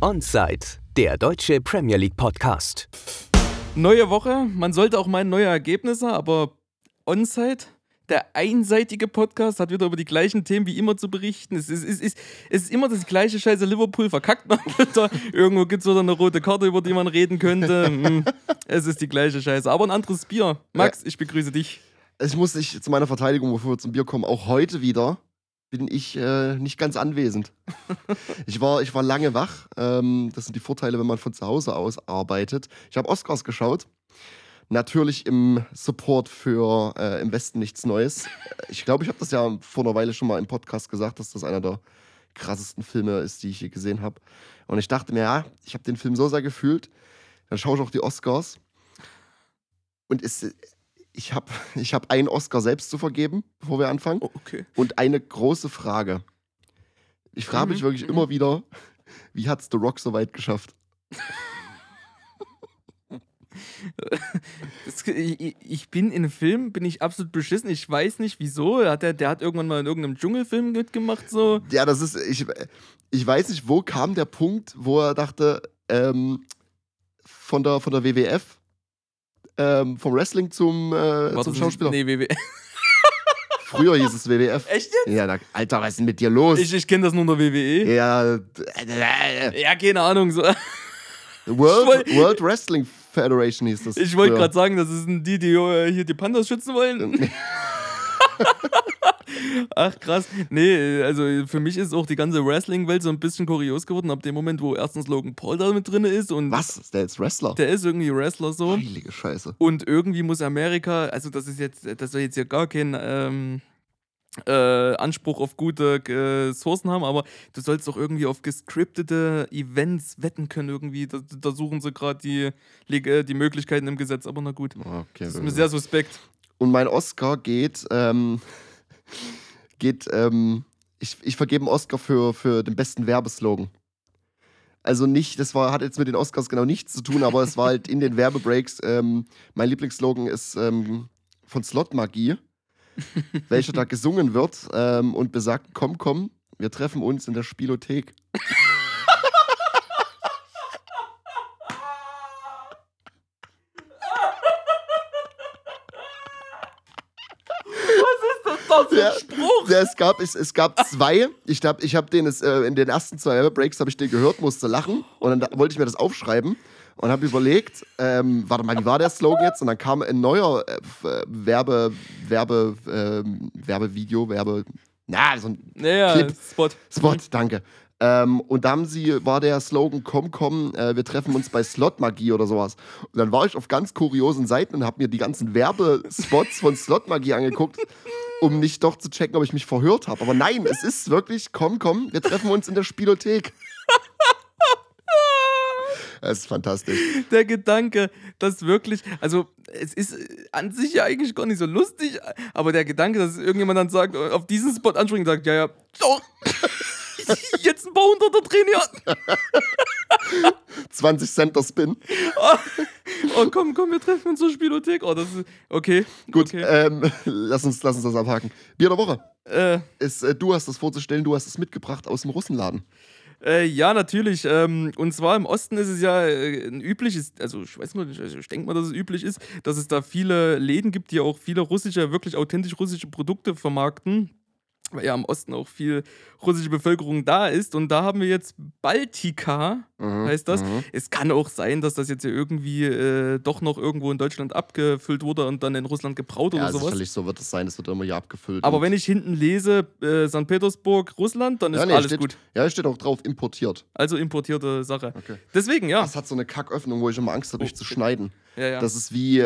Onside, der deutsche Premier League Podcast. Neue Woche, man sollte auch meinen neue Ergebnisse, aber Onside, der einseitige Podcast, hat wieder über die gleichen Themen wie immer zu berichten. Es ist immer das gleiche Scheiße, Liverpool verkackt mal wieder. Irgendwo gibt es wieder eine rote Karte, über die man reden könnte. Es ist die gleiche Scheiße, aber ein anderes Bier. Max, ich begrüße dich. Ich muss dich zu meiner Verteidigung, bevor wir zum Bier kommen, auch heute wieder bin ich nicht ganz anwesend. Ich war lange wach. Das sind die Vorteile, wenn man von zu Hause aus arbeitet. Ich habe Oscars geschaut. Natürlich im Support für Im Westen nichts Neues. Ich glaube, ich habe das ja vor einer Weile schon mal im Podcast gesagt, dass das einer der krassesten Filme ist, die ich je gesehen habe. Und ich dachte mir, ja, ich habe den Film so sehr gefühlt, dann schaue ich auch die Oscars. Und ich hab einen Oscar selbst zu vergeben, bevor wir anfangen. Oh, okay. Und eine große Frage. Ich frage mich wirklich immer wieder, wie hat es The Rock so weit geschafft? Ich bin in Filmen, bin ich absolut beschissen. Ich weiß nicht, wieso. Der hat irgendwann mal in irgendeinem Dschungelfilm mitgemacht. So. Ja, das ist, ich weiß nicht, wo kam der Punkt, wo er dachte, von der WWF, vom Wrestling zum Schauspieler. Nee, WWF. Früher hieß es WWF. Echt jetzt? Ja, Alter, was ist denn mit dir los? Ich kenne das nur unter WWE. Ja, Ja, keine Ahnung. So. World Wrestling Federation hieß das. Ich wollte gerade sagen, das sind die hier die Pandas schützen wollen. Ach krass. Nee, also für mich ist auch die ganze Wrestling-Welt so ein bisschen kurios geworden, ab dem Moment, wo erstens Logan Paul da mit drin ist. Und was? Ist der jetzt Wrestler? Der ist irgendwie Wrestler so. Heilige Scheiße. Und irgendwie muss Amerika, also das soll jetzt ja gar kein Anspruch auf gute Sourcen haben, aber du sollst doch irgendwie auf gescriptete Events wetten können irgendwie. Da suchen sie gerade die Möglichkeiten im Gesetz, aber na gut. Okay, das ist mir sehr suspekt. Und mein Oscar geht ich vergebe einen Oscar für den besten Werbeslogan. Also nicht, hat jetzt mit den Oscars genau nichts zu tun, aber es war halt in den Werbebreaks, mein Lieblingsslogan ist von Slot Magie, welcher da gesungen wird und besagt, komm, wir treffen uns in der Spielothek. Spruch. Es gab zwei. Ich hab den in den ersten 2 Breaks habe ich den gehört, musste lachen und dann wollte ich mir das aufschreiben und habe überlegt, warte mal, wie war der Slogan jetzt? Und dann kam ein neuer Werbevideo, so ein Clip. Spot, danke. Und da war der Slogan, komm, wir treffen uns bei Slot Magie oder sowas. Und dann war ich auf ganz kuriosen Seiten und habe mir die ganzen Werbespots von Slot Magie angeguckt, um nicht doch zu checken, ob ich mich verhört habe. Aber nein, es ist wirklich, komm, wir treffen uns in der Spielothek. Das ist fantastisch. Der Gedanke, dass wirklich, also es ist an sich ja eigentlich gar nicht so lustig, aber der Gedanke, dass irgendjemand dann sagt, auf diesen Spot anspringt und sagt, ja, doch, jetzt ein paar Hunderter trainieren. 20 Cent der Spin. Oh, komm, wir treffen uns zur Spielothek. Oh, das ist, okay. Gut, okay. Lass uns das abhaken. Bier der Woche. Du hast das vorzustellen, du hast es mitgebracht aus dem Russenladen. Ja, natürlich. Und zwar im Osten ist es ja ein übliches, also ich weiß nicht, ich denke mal, dass es üblich ist, dass es da viele Läden gibt, die auch viele wirklich authentisch russische Produkte vermarkten. Weil ja im Osten auch viel russische Bevölkerung da ist. Und da haben wir jetzt Baltika, heißt das. Es kann auch sein, dass das jetzt hier irgendwie doch noch irgendwo in Deutschland abgefüllt wurde und dann in Russland gebraut oder sowas. Ja, sicherlich, so wird es sein. Es wird immer hier abgefüllt. Aber wenn ich hinten lese, St. Petersburg, Russland, dann ist alles gut. Ja, es steht auch drauf, importiert. Also importierte Sache. Okay. Deswegen, ja. Das hat so eine Kacköffnung, wo ich immer Angst habe, mich zu schneiden. Ja. Das ist wie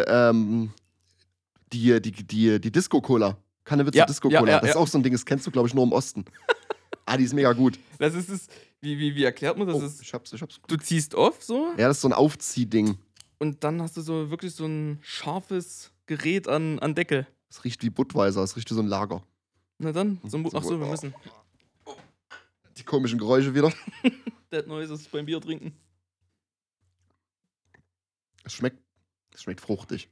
die Disco-Cola. Kannewitzer Disco-Cola. Ja. Das ist auch so ein Ding, das kennst du, glaube ich, nur im Osten. Die ist mega gut. Das ist es. Wie erklärt man das? Ich hab's. Du ziehst auf, so? Ja, das ist so ein Aufziehding. Und dann hast du so wirklich so ein scharfes Gerät an Deckel. Das riecht wie Budweiser, das riecht wie so ein Lager. Na dann, wir müssen. Die komischen Geräusche wieder. Dead Noises beim Bier trinken. Es schmeckt fruchtig.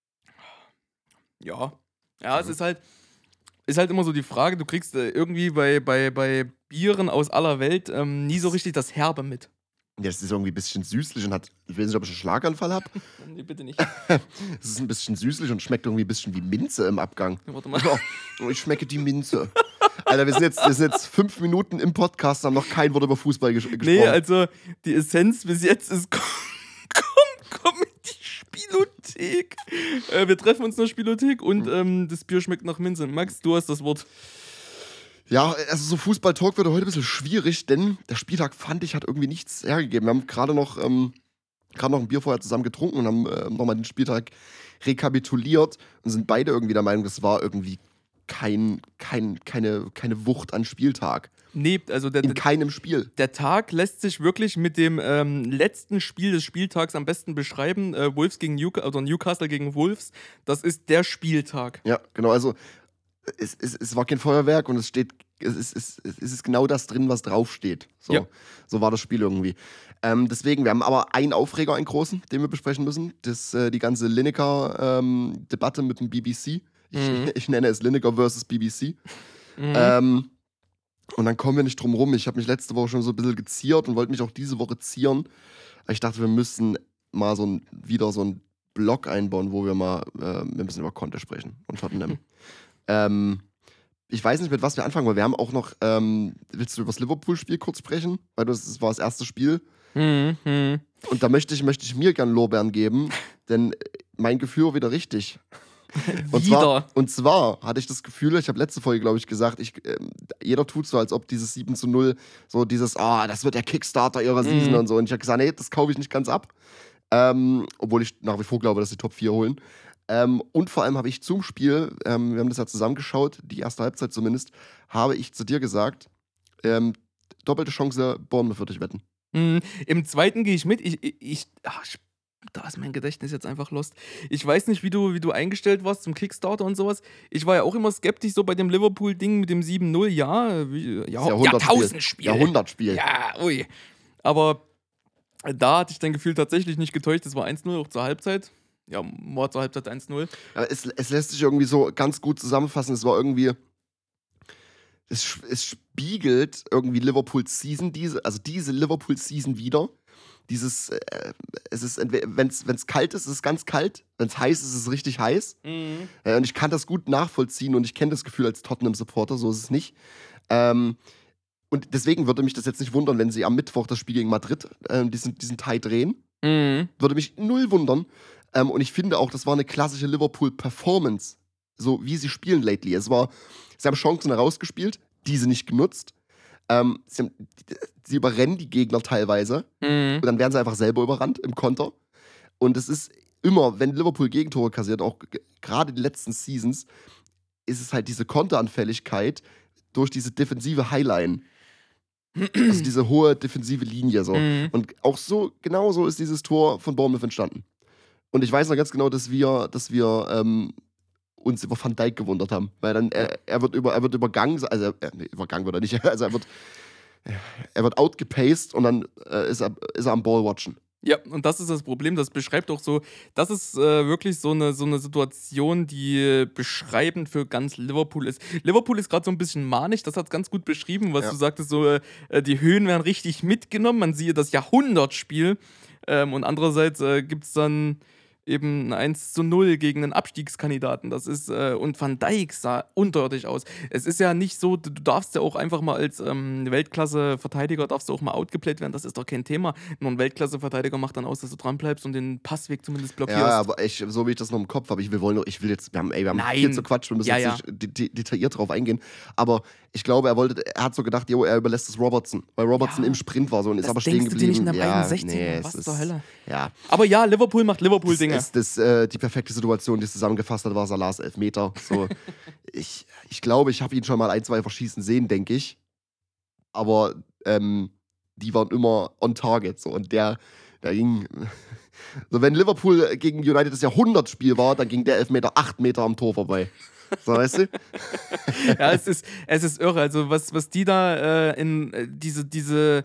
Ja. Ja, es ist halt immer so die Frage, du kriegst irgendwie bei Bieren aus aller Welt nie so richtig das Herbe mit. Das ist irgendwie ein bisschen süßlich und hat, ich weiß nicht, ob ich einen Schlaganfall habe. Nee, bitte nicht. Es ist ein bisschen süßlich und schmeckt irgendwie ein bisschen wie Minze im Abgang. Warte mal. Oh, ich schmecke die Minze. Alter, wir sind jetzt 5 Minuten im Podcast und haben noch kein Wort über Fußball gesprochen. Nee, also die Essenz bis jetzt ist, komm in die Spielothek. Wir treffen uns in der Spielothek und das Bier schmeckt nach Minze. Max, du hast das Wort. Ja, also so Fußball-Talk wird heute ein bisschen schwierig, denn der Spieltag, fand ich, hat irgendwie nichts hergegeben. Wir haben gerade noch ein Bier vorher zusammen getrunken und haben nochmal den Spieltag rekapituliert und sind beide irgendwie der Meinung, das war irgendwie keine Wucht an Spieltag. Nee, also In keinem Spiel. der Tag lässt sich wirklich mit dem letzten Spiel des Spieltags am besten beschreiben. Wolves gegen Newcastle gegen Wolves. Das ist der Spieltag. Ja, genau, also es war kein Feuerwerk und es ist genau das drin, was draufsteht. So, Ja. so war das Spiel irgendwie. Deswegen, wir haben aber einen Aufreger, einen großen, den wir besprechen müssen. Das die ganze Lineker-Debatte mit dem BBC. Ich nenne es Lineker versus BBC. Und dann kommen wir nicht drum rum. Ich habe mich letzte Woche schon so ein bisschen geziert und wollte mich auch diese Woche zieren. Aber ich dachte, wir müssen mal wieder so einen Blog einbauen, wo wir müssen über Conte sprechen und Tottenham. Ich weiß nicht, mit was wir anfangen, weil wir haben auch noch, willst du über das Liverpool-Spiel kurz sprechen? Weil das war das erste Spiel. Und da möchte ich mir gern Lorbeeren geben, denn mein Gefühl war wieder richtig. Und zwar hatte ich das Gefühl, ich habe letzte Folge, glaube ich, gesagt, jeder tut so, als ob dieses 7:0, so dieses, das wird der Kickstarter ihrer Season und so. Und ich habe gesagt, nee, das kaufe ich nicht ganz ab. Obwohl ich nach wie vor glaube, dass die Top 4 holen. Und vor allem habe ich zum Spiel, wir haben das ja zusammengeschaut, die erste Halbzeit zumindest, habe ich zu dir gesagt, doppelte Chance, Bournemouth würde ich wetten. Im zweiten gehe ich mit. Da ist mein Gedächtnis jetzt einfach lost. Ich weiß nicht, wie du eingestellt warst zum Kickstarter und sowas. Ich war ja auch immer skeptisch so bei dem Liverpool-Ding mit dem 7:0. Jahrtausendspiel. Jahrhundertspiel. Ja, ui. Aber da hatte ich dein Gefühl tatsächlich nicht getäuscht. Es war 1:0, auch zur Halbzeit. Ja, war zur Halbzeit 1:0. Aber es lässt sich irgendwie so ganz gut zusammenfassen. Es war irgendwie, es spiegelt irgendwie Liverpools Season, diese Liverpool-Season wieder. Dieses, wenn es kalt ist, ist es ganz kalt. Wenn es heiß ist, ist es richtig heiß. Und ich kann das gut nachvollziehen und ich kenne das Gefühl als Tottenham-Supporter, so ist es nicht. Und deswegen würde mich das jetzt nicht wundern, wenn sie am Mittwoch das Spiel gegen Madrid diesen Tie drehen. Würde mich null wundern. Und ich finde auch, das war eine klassische Liverpool-Performance, so wie sie spielen lately. Sie haben Chancen herausgespielt, diese nicht genutzt. Sie überrennen die Gegner teilweise und dann werden sie einfach selber überrannt im Konter. Und es ist immer, wenn Liverpool Gegentore kassiert, auch gerade in den letzten Seasons, ist es halt diese Konteranfälligkeit durch diese defensive Highline. Also diese hohe defensive Linie. So. Und auch so, genau so ist dieses Tor von Bournemouth entstanden. Und ich weiß noch ganz genau, dass wir uns über Van Dijk gewundert haben. Weil dann, er wird übergangen, also übergangen wird er nicht, also er wird outgepaced und dann ist er am Ball watchen. Ja, und das ist das Problem, das beschreibt auch so, das ist wirklich so eine Situation, die beschreibend für ganz Liverpool ist. Liverpool ist gerade so ein bisschen manisch, das hat es ganz gut beschrieben, was du sagtest, so die Höhen werden richtig mitgenommen, man sieht das Jahrhundertspiel und andererseits gibt es dann eben ein 1:0 gegen einen Abstiegskandidaten. Das ist, und Van Dijk sah unterirdisch aus. Es ist ja nicht so, du darfst ja auch einfach mal als Weltklasse-Verteidiger darfst du auch mal outgeplayt werden, das ist doch kein Thema. Nur ein Weltklasse-Verteidiger macht dann aus, dass du dran bleibst und den Passweg zumindest blockierst. Ja, aber so wie ich das noch im Kopf habe, wir haben viel zu Quatsch, wir müssen jetzt nicht detailliert drauf eingehen, aber ich glaube, er hat so gedacht, er überlässt es Robertson, weil Robertson im Sprint war so und ist aber stehen geblieben. Das denkst du dir nicht in der 61er, was zur Hölle. Ja. Aber ja, Liverpool macht Liverpool-Dinge. Die perfekte Situation, die es zusammengefasst hat, war Salahs Elfmeter. So, ich glaube, ich habe ihn schon mal 1-2 verschießen sehen, denke ich. Aber die waren immer on target. So. Und der ging. So, wenn Liverpool gegen United das Jahrhundertspiel war, dann ging der Elfmeter 8 Meter am Tor vorbei. So, weißt du? Ja, es ist irre. Also, was die da in diese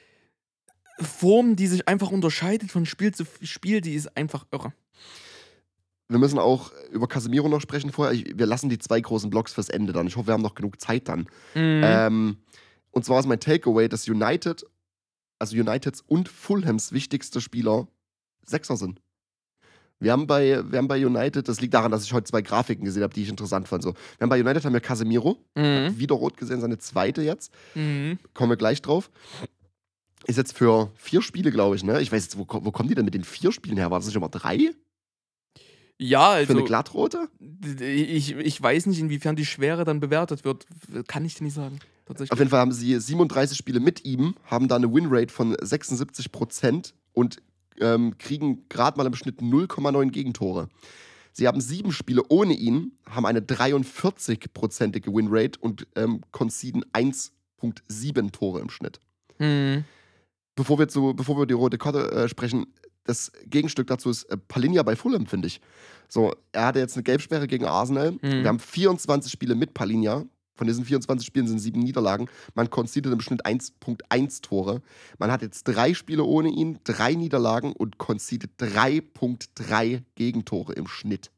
Form, die sich einfach unterscheidet von Spiel zu Spiel, die ist einfach irre. Wir müssen auch über Casemiro noch sprechen vorher. Wir lassen die 2 großen Blocks fürs Ende dann. Ich hoffe, wir haben noch genug Zeit dann. Und zwar ist mein Takeaway, dass United also Uniteds und Fulhams wichtigste Spieler Sechser sind. Wir haben bei United, das liegt daran, dass ich heute 2 Grafiken gesehen habe, die ich interessant fand. So. Wir haben bei United haben wir Casemiro, hat wieder rot gesehen, seine zweite jetzt. Kommen wir gleich drauf. Ist jetzt für 4 Spiele, glaube ich, ne? Ich weiß jetzt, wo kommen die denn mit den 4 Spielen her? War das nicht immer 3? Ja, also. Für eine Glattrote? Ich weiß nicht, inwiefern die Schwere dann bewertet wird. Kann ich dir nicht sagen. Tatsächlich. Auf jeden Fall haben sie 37 Spiele mit ihm, haben da eine Winrate von 76% und kriegen gerade mal im Schnitt 0,9 Gegentore. Sie haben 7 Spiele ohne ihn, haben eine 43%ige Winrate und conceden 1,7 Tore im Schnitt. Bevor wir über die rote Karte sprechen, das Gegenstück dazu ist Palhinha bei Fulham, finde ich. So, er hatte jetzt eine Gelbsperre gegen Arsenal. Wir haben 24 Spiele mit Palhinha. Von diesen 24 Spielen sind 7 Niederlagen. Man conceded im Schnitt 1,1 Tore. Man hat jetzt 3 Spiele ohne ihn, 3 Niederlagen und conceded 3,3 Gegentore im Schnitt.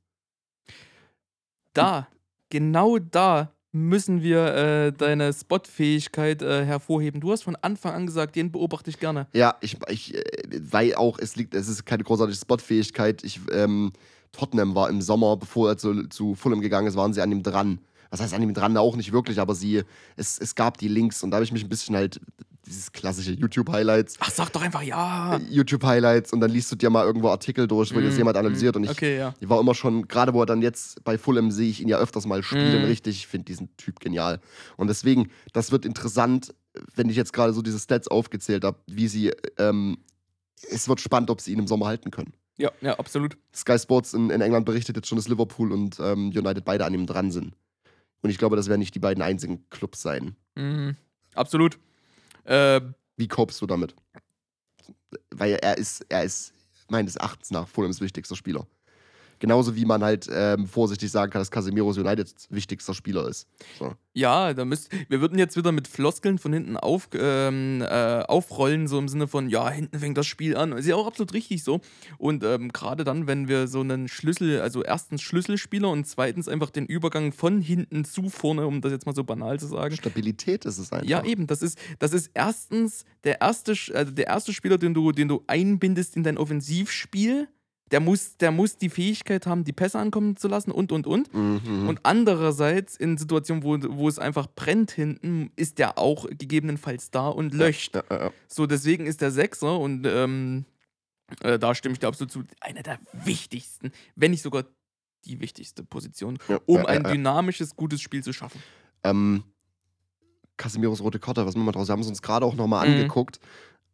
Genau da müssen wir deine Spotfähigkeit hervorheben. Du hast von Anfang an gesagt, den beobachte ich gerne. Ja, weil auch, es ist keine großartige Spotfähigkeit. Tottenham war im Sommer, bevor er zu Fulham gegangen ist, waren sie an ihm dran. Was heißt an ihm dran? Auch nicht wirklich, aber es gab die Links und da habe ich mich ein bisschen halt, dieses klassische YouTube-Highlights. Ach, sag doch einfach ja. YouTube-Highlights und dann liest du dir mal irgendwo Artikel durch, wo das jemand analysiert und ich war immer schon, gerade wo er dann jetzt bei Fulham sehe ich ihn ja öfters mal spielen, richtig, ich finde diesen Typ genial. Und deswegen, das wird interessant, wenn ich jetzt gerade so diese Stats aufgezählt habe, wie sie, es wird spannend, ob sie ihn im Sommer halten können. Ja, absolut. Sky Sports in England berichtet jetzt schon, dass Liverpool und United beide an ihm dran sind. Und ich glaube, das werden nicht die beiden einzigen Clubs sein. Absolut. Wie copest du damit? Weil er ist meines Erachtens nach Fulhams wichtigster Spieler. Genauso wie man halt vorsichtig sagen kann, dass Casemiros Uniteds wichtigster Spieler ist. So. Ja, wir würden jetzt wieder mit Floskeln von hinten aufrollen, so im Sinne von, ja, hinten fängt das Spiel an. Ist ja auch absolut richtig so. Und gerade dann, wenn wir so einen also erstens Schlüsselspieler und zweitens einfach den Übergang von hinten zu vorne, um das jetzt mal so banal zu sagen. Stabilität ist es einfach. Ja, eben. Das ist erstens der erste Spieler, den du einbindest in dein Offensivspiel. Der muss die Fähigkeit haben, die Pässe ankommen zu lassen und. Und andererseits, in Situationen, wo es einfach brennt hinten, ist der auch gegebenenfalls da und löscht. Ja. So, deswegen ist der Sechser und da stimme ich dir absolut zu. Einer der wichtigsten, wenn nicht sogar die wichtigste Position, um ein dynamisches, gutes Spiel zu schaffen. Casemiros rote Karte, was machen wir draus? Wir haben es uns gerade auch nochmal angeguckt.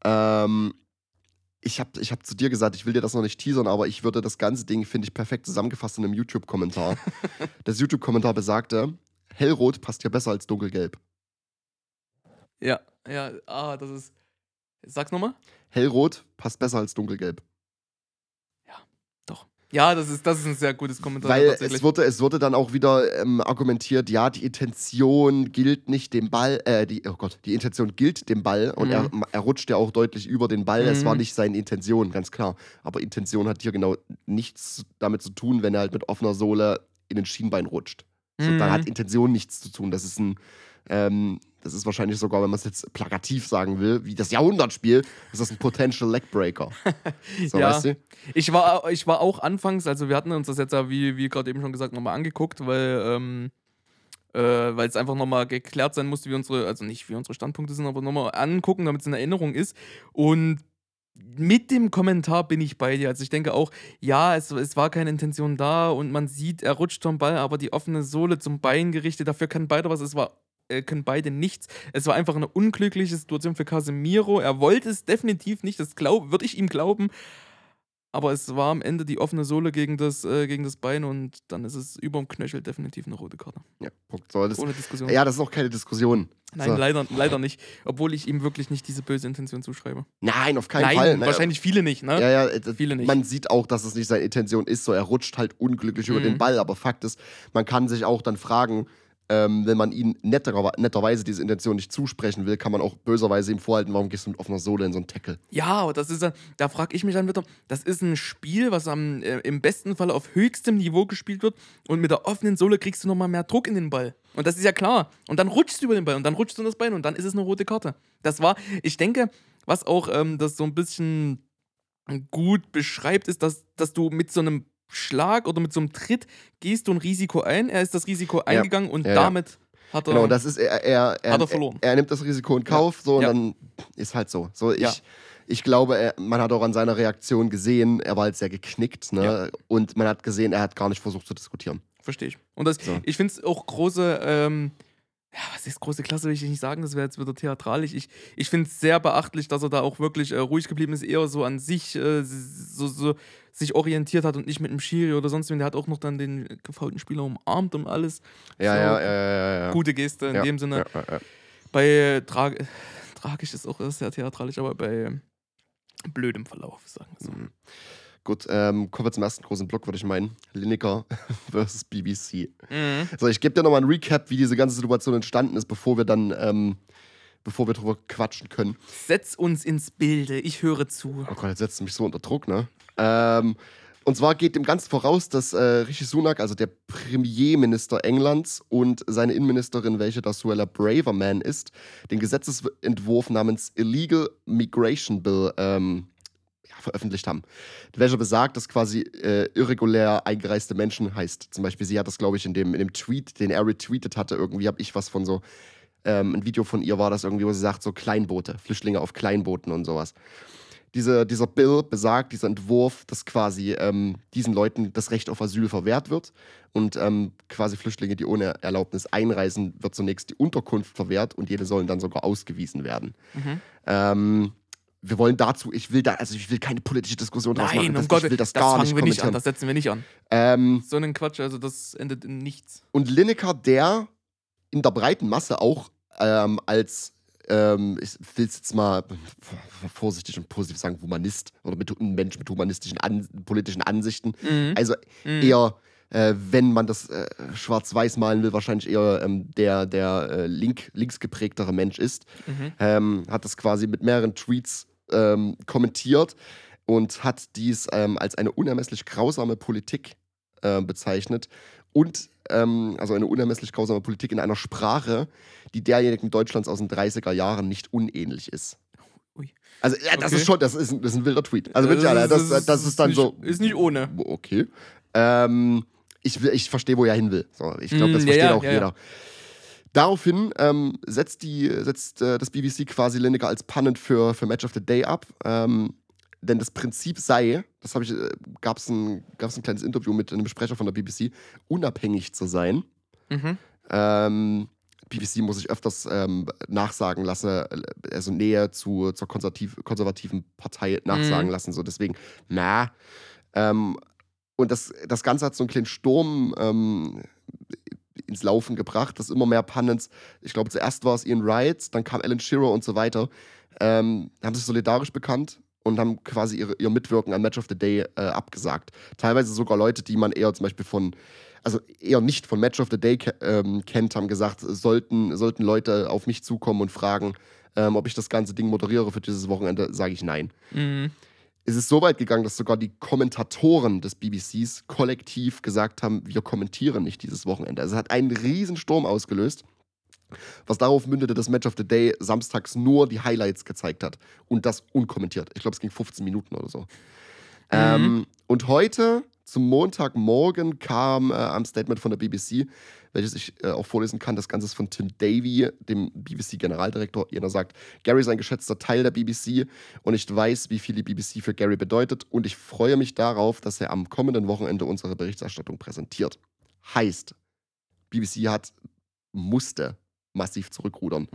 Ich hab zu dir gesagt, ich will dir das noch nicht teasern, aber ich würde das ganze Ding, finde ich, perfekt zusammengefasst in einem YouTube-Kommentar. Das YouTube-Kommentar besagte, hellrot passt hier besser als dunkelgelb. Ja, das ist... Sag's nochmal. Hellrot passt besser als dunkelgelb. Ja, doch. Ja, das ist ein sehr gutes Kommentar. Weil es wurde dann auch wieder argumentiert, ja, die Intention gilt nicht dem Ball, die Intention gilt dem Ball und er rutscht ja auch deutlich über den Ball. Es war nicht seine Intention, ganz klar. Aber Intention hat hier genau nichts damit zu tun, wenn er halt mit offener Sohle in den Schienbein rutscht. So, dann hat Intention nichts zu tun. Das ist das ist wahrscheinlich sogar, wenn man es jetzt plakativ sagen will, wie das Jahrhundertspiel, ist das ein Potential Legbreaker. So, ja. weißt du? Ich war auch anfangs, also wir hatten uns das jetzt ja, wie gerade eben schon gesagt, nochmal angeguckt, weil es einfach nochmal geklärt sein musste, nicht wie unsere Standpunkte sind, aber nochmal angucken, damit es in Erinnerung ist. Und mit dem Kommentar bin ich bei dir. Also ich denke auch, ja, es war keine Intention da und man sieht, er rutscht vom Ball, aber die offene Sohle zum Bein gerichtet, dafür können beide nichts. Es war einfach eine unglückliche Situation für Casemiro. Er wollte es definitiv nicht, das würde ich ihm glauben. Aber es war am Ende die offene Sohle gegen das Bein und dann ist es überm Knöchel definitiv eine rote Karte. Ja, Punkt. So, ohne Diskussion. Ja, das ist auch keine Diskussion. Nein, so. leider nicht. Obwohl ich ihm wirklich nicht diese böse Intention zuschreibe. Nein, auf keinen Fall. Wahrscheinlich viele nicht, ne? Ja, viele nicht. Man sieht auch, dass es nicht seine Intention ist. So, er rutscht halt unglücklich über den Ball. Aber Fakt ist, man kann sich auch dann fragen, wenn man ihm netterweise diese Intention nicht zusprechen will, kann man auch böserweise ihm vorhalten, warum gehst du mit offener Sohle in so einen Tackle? Ja, aber da frage ich mich dann wieder, das ist ein Spiel, was im besten Fall auf höchstem Niveau gespielt wird und mit der offenen Sohle kriegst du nochmal mehr Druck in den Ball. Und das ist ja klar. Und dann rutschst du über den Ball und dann rutschst du in das Bein und dann ist es eine rote Karte. Ich denke, Was auch das so ein bisschen gut beschreibt, ist, dass du mit so einem Schlag oder mit so einem Tritt gehst du ein Risiko ein. Er ist das Risiko Ja. eingegangen und Ja, ja. damit hat Genau, er, das ist hat er verloren. Er nimmt das Risiko in Kauf, so, und Ja. dann ist halt so. Ja. Ich glaube, man hat auch an seiner Reaktion gesehen, er war halt sehr geknickt, ne? Ja. Und man hat gesehen, er hat gar nicht versucht zu diskutieren. Verstehe ich. Und So. ich finde es auch große, was ist große Klasse, will ich nicht sagen, das wäre jetzt wieder theatralisch. Ich finde es sehr beachtlich, dass er da auch wirklich ruhig geblieben ist, eher so an sich so sich orientiert hat und nicht mit dem Schiri oder sonst wen. Der hat auch noch dann den gefoulten Spieler umarmt und alles. Ja. Gute Geste in Ja, dem Sinne. Ja. Bei tragisch ist auch sehr theatralisch, aber bei blödem Verlauf, sagen wir so. Mhm. Gut, kommen wir zum ersten großen Block, würde ich meinen. Lineker versus BBC. Mhm. So, ich gebe dir nochmal ein Recap, wie diese ganze Situation entstanden ist, bevor wir drüber quatschen können. Setz uns ins Bilde, ich höre zu. Oh Gott, jetzt setzt du mich so unter Druck, ne? Und zwar geht dem Ganzen voraus, dass Rishi Sunak, also der Premierminister Englands, und seine Innenministerin, welche da Suella Braverman ist, den Gesetzesentwurf namens Illegal Migration Bill veröffentlicht haben. Welcher besagt, dass quasi irregulär eingereiste Menschen heißt. Zum Beispiel, sie hat das, glaube ich, in dem Tweet, den er retweetet hatte, irgendwie habe ich was von so, ein Video von ihr war das irgendwie, wo sie sagt, so Kleinboote, Flüchtlinge auf Kleinbooten und sowas. Dieser Bill besagt, dieser Entwurf, dass quasi diesen Leuten das Recht auf Asyl verwehrt wird und quasi Flüchtlinge, die ohne Erlaubnis einreisen, wird zunächst die Unterkunft verwehrt und jene sollen dann sogar ausgewiesen werden. Wir wollen dazu, ich will keine politische Diskussion draus machen. Nein, um Gottes Ich will das das gar fangen nicht wir nicht an, kommentieren. das setzen wir nicht an. So einen Quatsch, also das endet in nichts. Und Lineker, der in der breiten Masse auch als, ich will es jetzt mal vorsichtig und positiv sagen, Humanist oder ein Mensch mit humanistischen politischen Ansichten. Also eher, wenn man das schwarz-weiß malen will, wahrscheinlich eher der links geprägtere Mensch ist. Hat das quasi mit mehreren Tweets kommentiert und hat dies als eine unermesslich grausame Politik bezeichnet und also eine unermesslich grausame Politik in einer Sprache, die derjenigen Deutschlands aus den 30er Jahren nicht unähnlich ist. Ui. Also das Okay. ist schon, das ist ein wilder Tweet. Also wirklich, das ist dann nicht, so. Ist nicht ohne. Okay. Ich verstehe, wo er hin will. So, ich glaube, das versteht auch jeder. Daraufhin setzt das BBC quasi Lineker als Pundit für Match of the Day ab. Denn das Prinzip sei, gab es ein kleines Interview mit einem Sprecher von der BBC, unabhängig zu sein. BBC muss sich öfters nachsagen lassen, also Nähe zur konservativen Partei nachsagen lassen. So deswegen, und das Ganze hat so einen kleinen Sturm ins Laufen gebracht, dass immer mehr Pundits, ich glaube zuerst war es Ian Wright, dann kam Alan Shearer und so weiter, haben sich solidarisch bekannt und haben quasi ihr Mitwirken an Match of the Day abgesagt. Teilweise sogar Leute, die man eher zum Beispiel eher nicht von Match of the Day kennt, haben gesagt, sollten Leute auf mich zukommen und fragen, ob ich das ganze Ding moderiere für dieses Wochenende, sage ich nein. Es ist so weit gegangen, dass sogar die Kommentatoren des BBCs kollektiv gesagt haben, wir kommentieren nicht dieses Wochenende. Also es hat einen riesen Sturm ausgelöst, was darauf mündete, dass Match of the Day samstags nur die Highlights gezeigt hat und das unkommentiert. Ich glaube, es ging 15 Minuten oder so. Und heute, zum Montagmorgen, kam ein Statement von der BBC, welches ich auch vorlesen kann. Das Ganze ist von Tim Davie, dem BBC-Generaldirektor. Jener sagt, Gary ist ein geschätzter Teil der BBC und ich weiß, wie viel die BBC für Gary bedeutet und ich freue mich darauf, dass er am kommenden Wochenende unsere Berichterstattung präsentiert. Heißt, BBC musste massiv zurückrudern.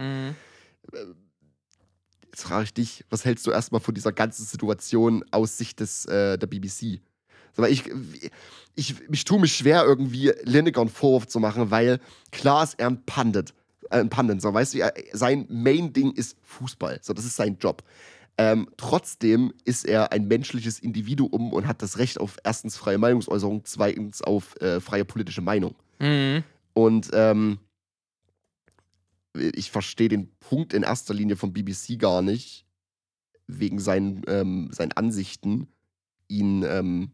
Jetzt frage ich dich, was hältst du erstmal von dieser ganzen Situation aus Sicht der BBC? Aber ich tue mich schwer, irgendwie Lineker einen Vorwurf zu machen, weil klar ist er ein Pundit. So, weißt du, sein Main-Ding ist Fußball. So, das ist sein Job. Trotzdem ist er ein menschliches Individuum und hat das Recht auf erstens freie Meinungsäußerung, zweitens auf freie politische Meinung. Und ich verstehe den Punkt in erster Linie vom BBC gar nicht, wegen seinen Ansichten, ihn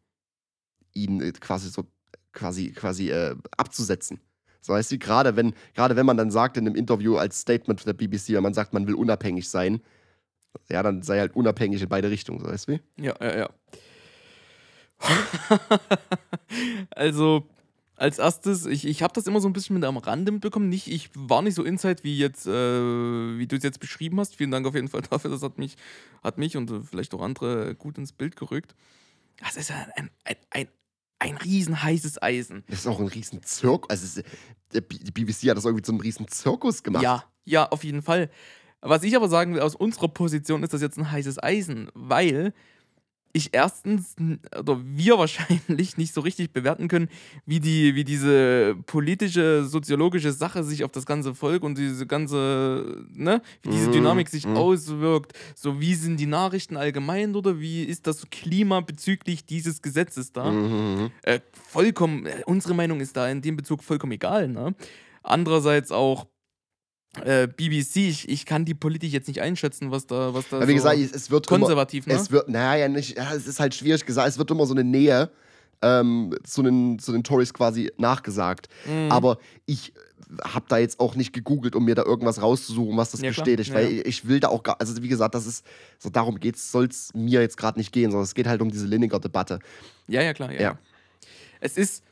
quasi abzusetzen. So, weißt du, gerade wenn man dann sagt in einem Interview als Statement der BBC, wenn man sagt, man will unabhängig sein, Ja, dann sei halt unabhängig in beide Richtungen, so weißt du wie? Ja. Also, als erstes, ich habe das immer so ein bisschen mit am Rande mitbekommen. Ich war nicht so inside wie jetzt, wie du es jetzt beschrieben hast. Vielen Dank auf jeden Fall dafür. Das hat mich und vielleicht auch andere gut ins Bild gerückt. Das ist ja ein riesen heißes Eisen. Das ist auch ein riesen Zirkus. Also die BBC hat das irgendwie zu einem riesen Zirkus gemacht. Ja, auf jeden Fall. Was ich aber sagen will, aus unserer Position ist das jetzt ein heißes Eisen, weil ich erstens, oder wir wahrscheinlich nicht so richtig bewerten können, wie diese politische, soziologische Sache sich auf das ganze Volk und diese ganze, ne, wie diese Dynamik sich auswirkt. So, wie sind die Nachrichten allgemein oder wie ist das Klima bezüglich dieses Gesetzes da? Vollkommen, unsere Meinung ist da in dem Bezug vollkommen egal, ne? Andererseits auch BBC, ich kann die Politik jetzt nicht einschätzen, was da Ja, wie gesagt, es wird konservativ, immer, ne? es wird, naja, nicht, ja, es ist halt schwierig gesagt, es wird immer so eine Nähe zu den Tories quasi nachgesagt. Aber ich habe da jetzt auch nicht gegoogelt, um mir da irgendwas rauszusuchen, was das bestätigt, weil ich will da auch gar, also wie gesagt, das ist, so darum soll es mir jetzt gerade nicht gehen, sondern es geht halt um diese Lineker-Debatte. Ja, klar, ja. Es ist,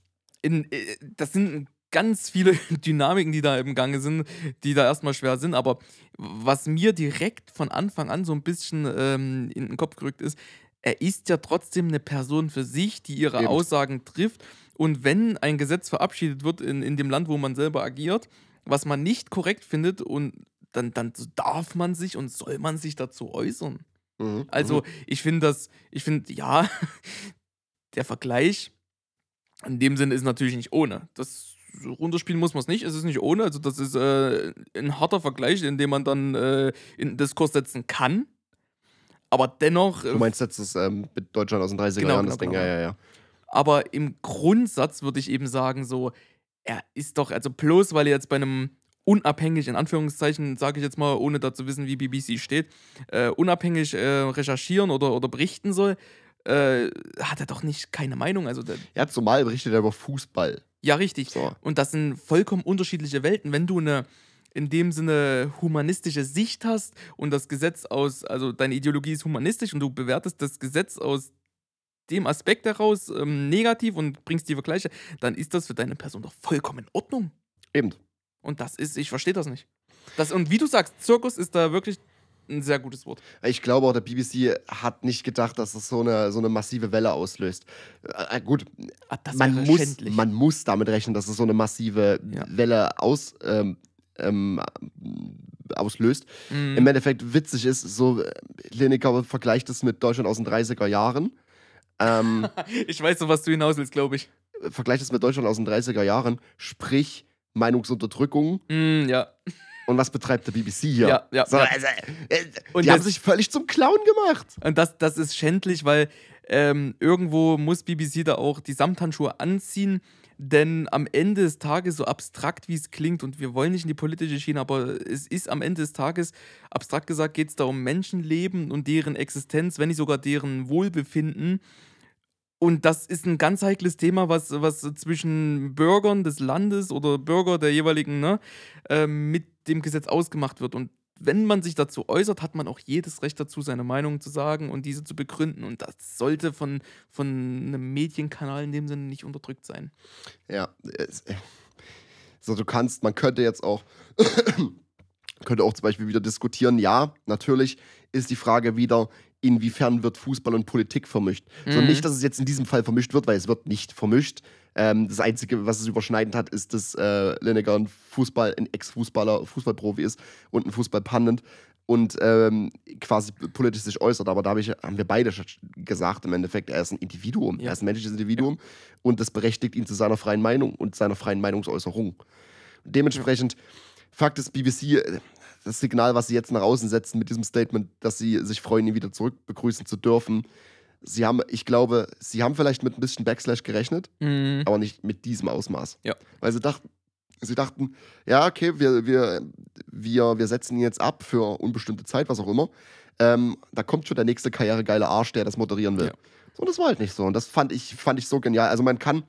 das sind ganz viele Dynamiken, die da im Gange sind, die da erstmal schwer sind, aber was mir direkt von Anfang an so ein bisschen in den Kopf gerückt ist, er ist ja trotzdem eine Person für sich, die ihre Aussagen trifft, und wenn ein Gesetz verabschiedet wird in dem Land, wo man selber agiert, was man nicht korrekt findet, und dann darf man sich und soll man sich dazu äußern. Also ich finde, ja, der Vergleich in dem Sinne ist natürlich nicht ohne. Das runterspielen muss man es nicht. Es ist nicht ohne. Also das ist ein harter Vergleich, in dem man dann in Diskurs setzen kann. Aber dennoch... Du meinst jetzt das mit Deutschland aus den 30er Jahren, das Ding, ja. Aber im Grundsatz würde ich eben sagen, so, er ist doch, also bloß weil er jetzt bei einem unabhängig, in Anführungszeichen, sage ich jetzt mal, ohne da zu wissen, wie BBC steht, unabhängig recherchieren oder berichten soll, hat er doch keine Meinung. Also ja, zumal berichtet er über Fußball. Ja, richtig. So. Und das sind vollkommen unterschiedliche Welten. Wenn du eine in dem Sinne humanistische Sicht hast und das Gesetz also deine Ideologie ist humanistisch und du bewertest das Gesetz aus dem Aspekt heraus negativ und bringst die Vergleiche, dann ist das für deine Person doch vollkommen in Ordnung. Eben. Und ich verstehe das nicht. Und wie du sagst, Zirkus ist da wirklich ein sehr gutes Wort. Ich glaube auch, der BBC hat nicht gedacht, dass das so eine massive Welle auslöst. Gut, man muss damit rechnen, dass es so eine massive Welle auslöst. Im Endeffekt witzig ist, so Lineker vergleicht es mit Deutschland aus den 30er Jahren. Ich weiß so, was du hinaus willst, glaube ich. Vergleicht es mit Deutschland aus den 30er Jahren, sprich Meinungsunterdrückung. Ja. Und was betreibt der BBC hier? Ja. So, also, die haben sich völlig zum Clown gemacht. Und das ist schändlich, weil irgendwo muss BBC da auch die Samthandschuhe anziehen, denn am Ende des Tages, so abstrakt wie es klingt, und wir wollen nicht in die politische Schiene, aber es ist am Ende des Tages, abstrakt gesagt, geht es da um Menschenleben und deren Existenz, wenn nicht sogar deren Wohlbefinden. Und das ist ein ganz heikles Thema, was zwischen Bürgern des Landes oder Bürger der jeweiligen, mit dem Gesetz ausgemacht wird. Und wenn man sich dazu äußert, hat man auch jedes Recht dazu, seine Meinung zu sagen und diese zu begründen. Und das sollte von einem Medienkanal in dem Sinne nicht unterdrückt sein. Ja. So, man könnte jetzt auch, zum Beispiel wieder diskutieren, ja, natürlich ist die Frage wieder, inwiefern wird Fußball und Politik vermischt. So, nicht, dass es jetzt in diesem Fall vermischt wird, weil es wird nicht vermischt. Das Einzige, was es überschneidend hat, ist, dass Lineker ein Ex-Fußballer, Fußballprofi ist und ein Fußballpundit und quasi politisch sich äußert. Aber da haben wir beide gesagt, im Endeffekt, er ist ein Individuum. Ja. Er ist ein menschliches Individuum und das berechtigt ihn zu seiner freien Meinung und seiner freien Meinungsäußerung. Dementsprechend, Fakt ist, BBC, das Signal, was sie jetzt nach außen setzen mit diesem Statement, dass sie sich freuen, ihn wieder zurück begrüßen zu dürfen. Ich glaube, sie haben vielleicht mit ein bisschen Backslash gerechnet, aber nicht mit diesem Ausmaß. Ja. Weil sie dachten, ja, okay, wir setzen ihn jetzt ab für unbestimmte Zeit, was auch immer. Da kommt schon der nächste karrieregeile Arsch, der das moderieren will. Ja. Und das war halt nicht so. Und das fand ich so genial. Also man kann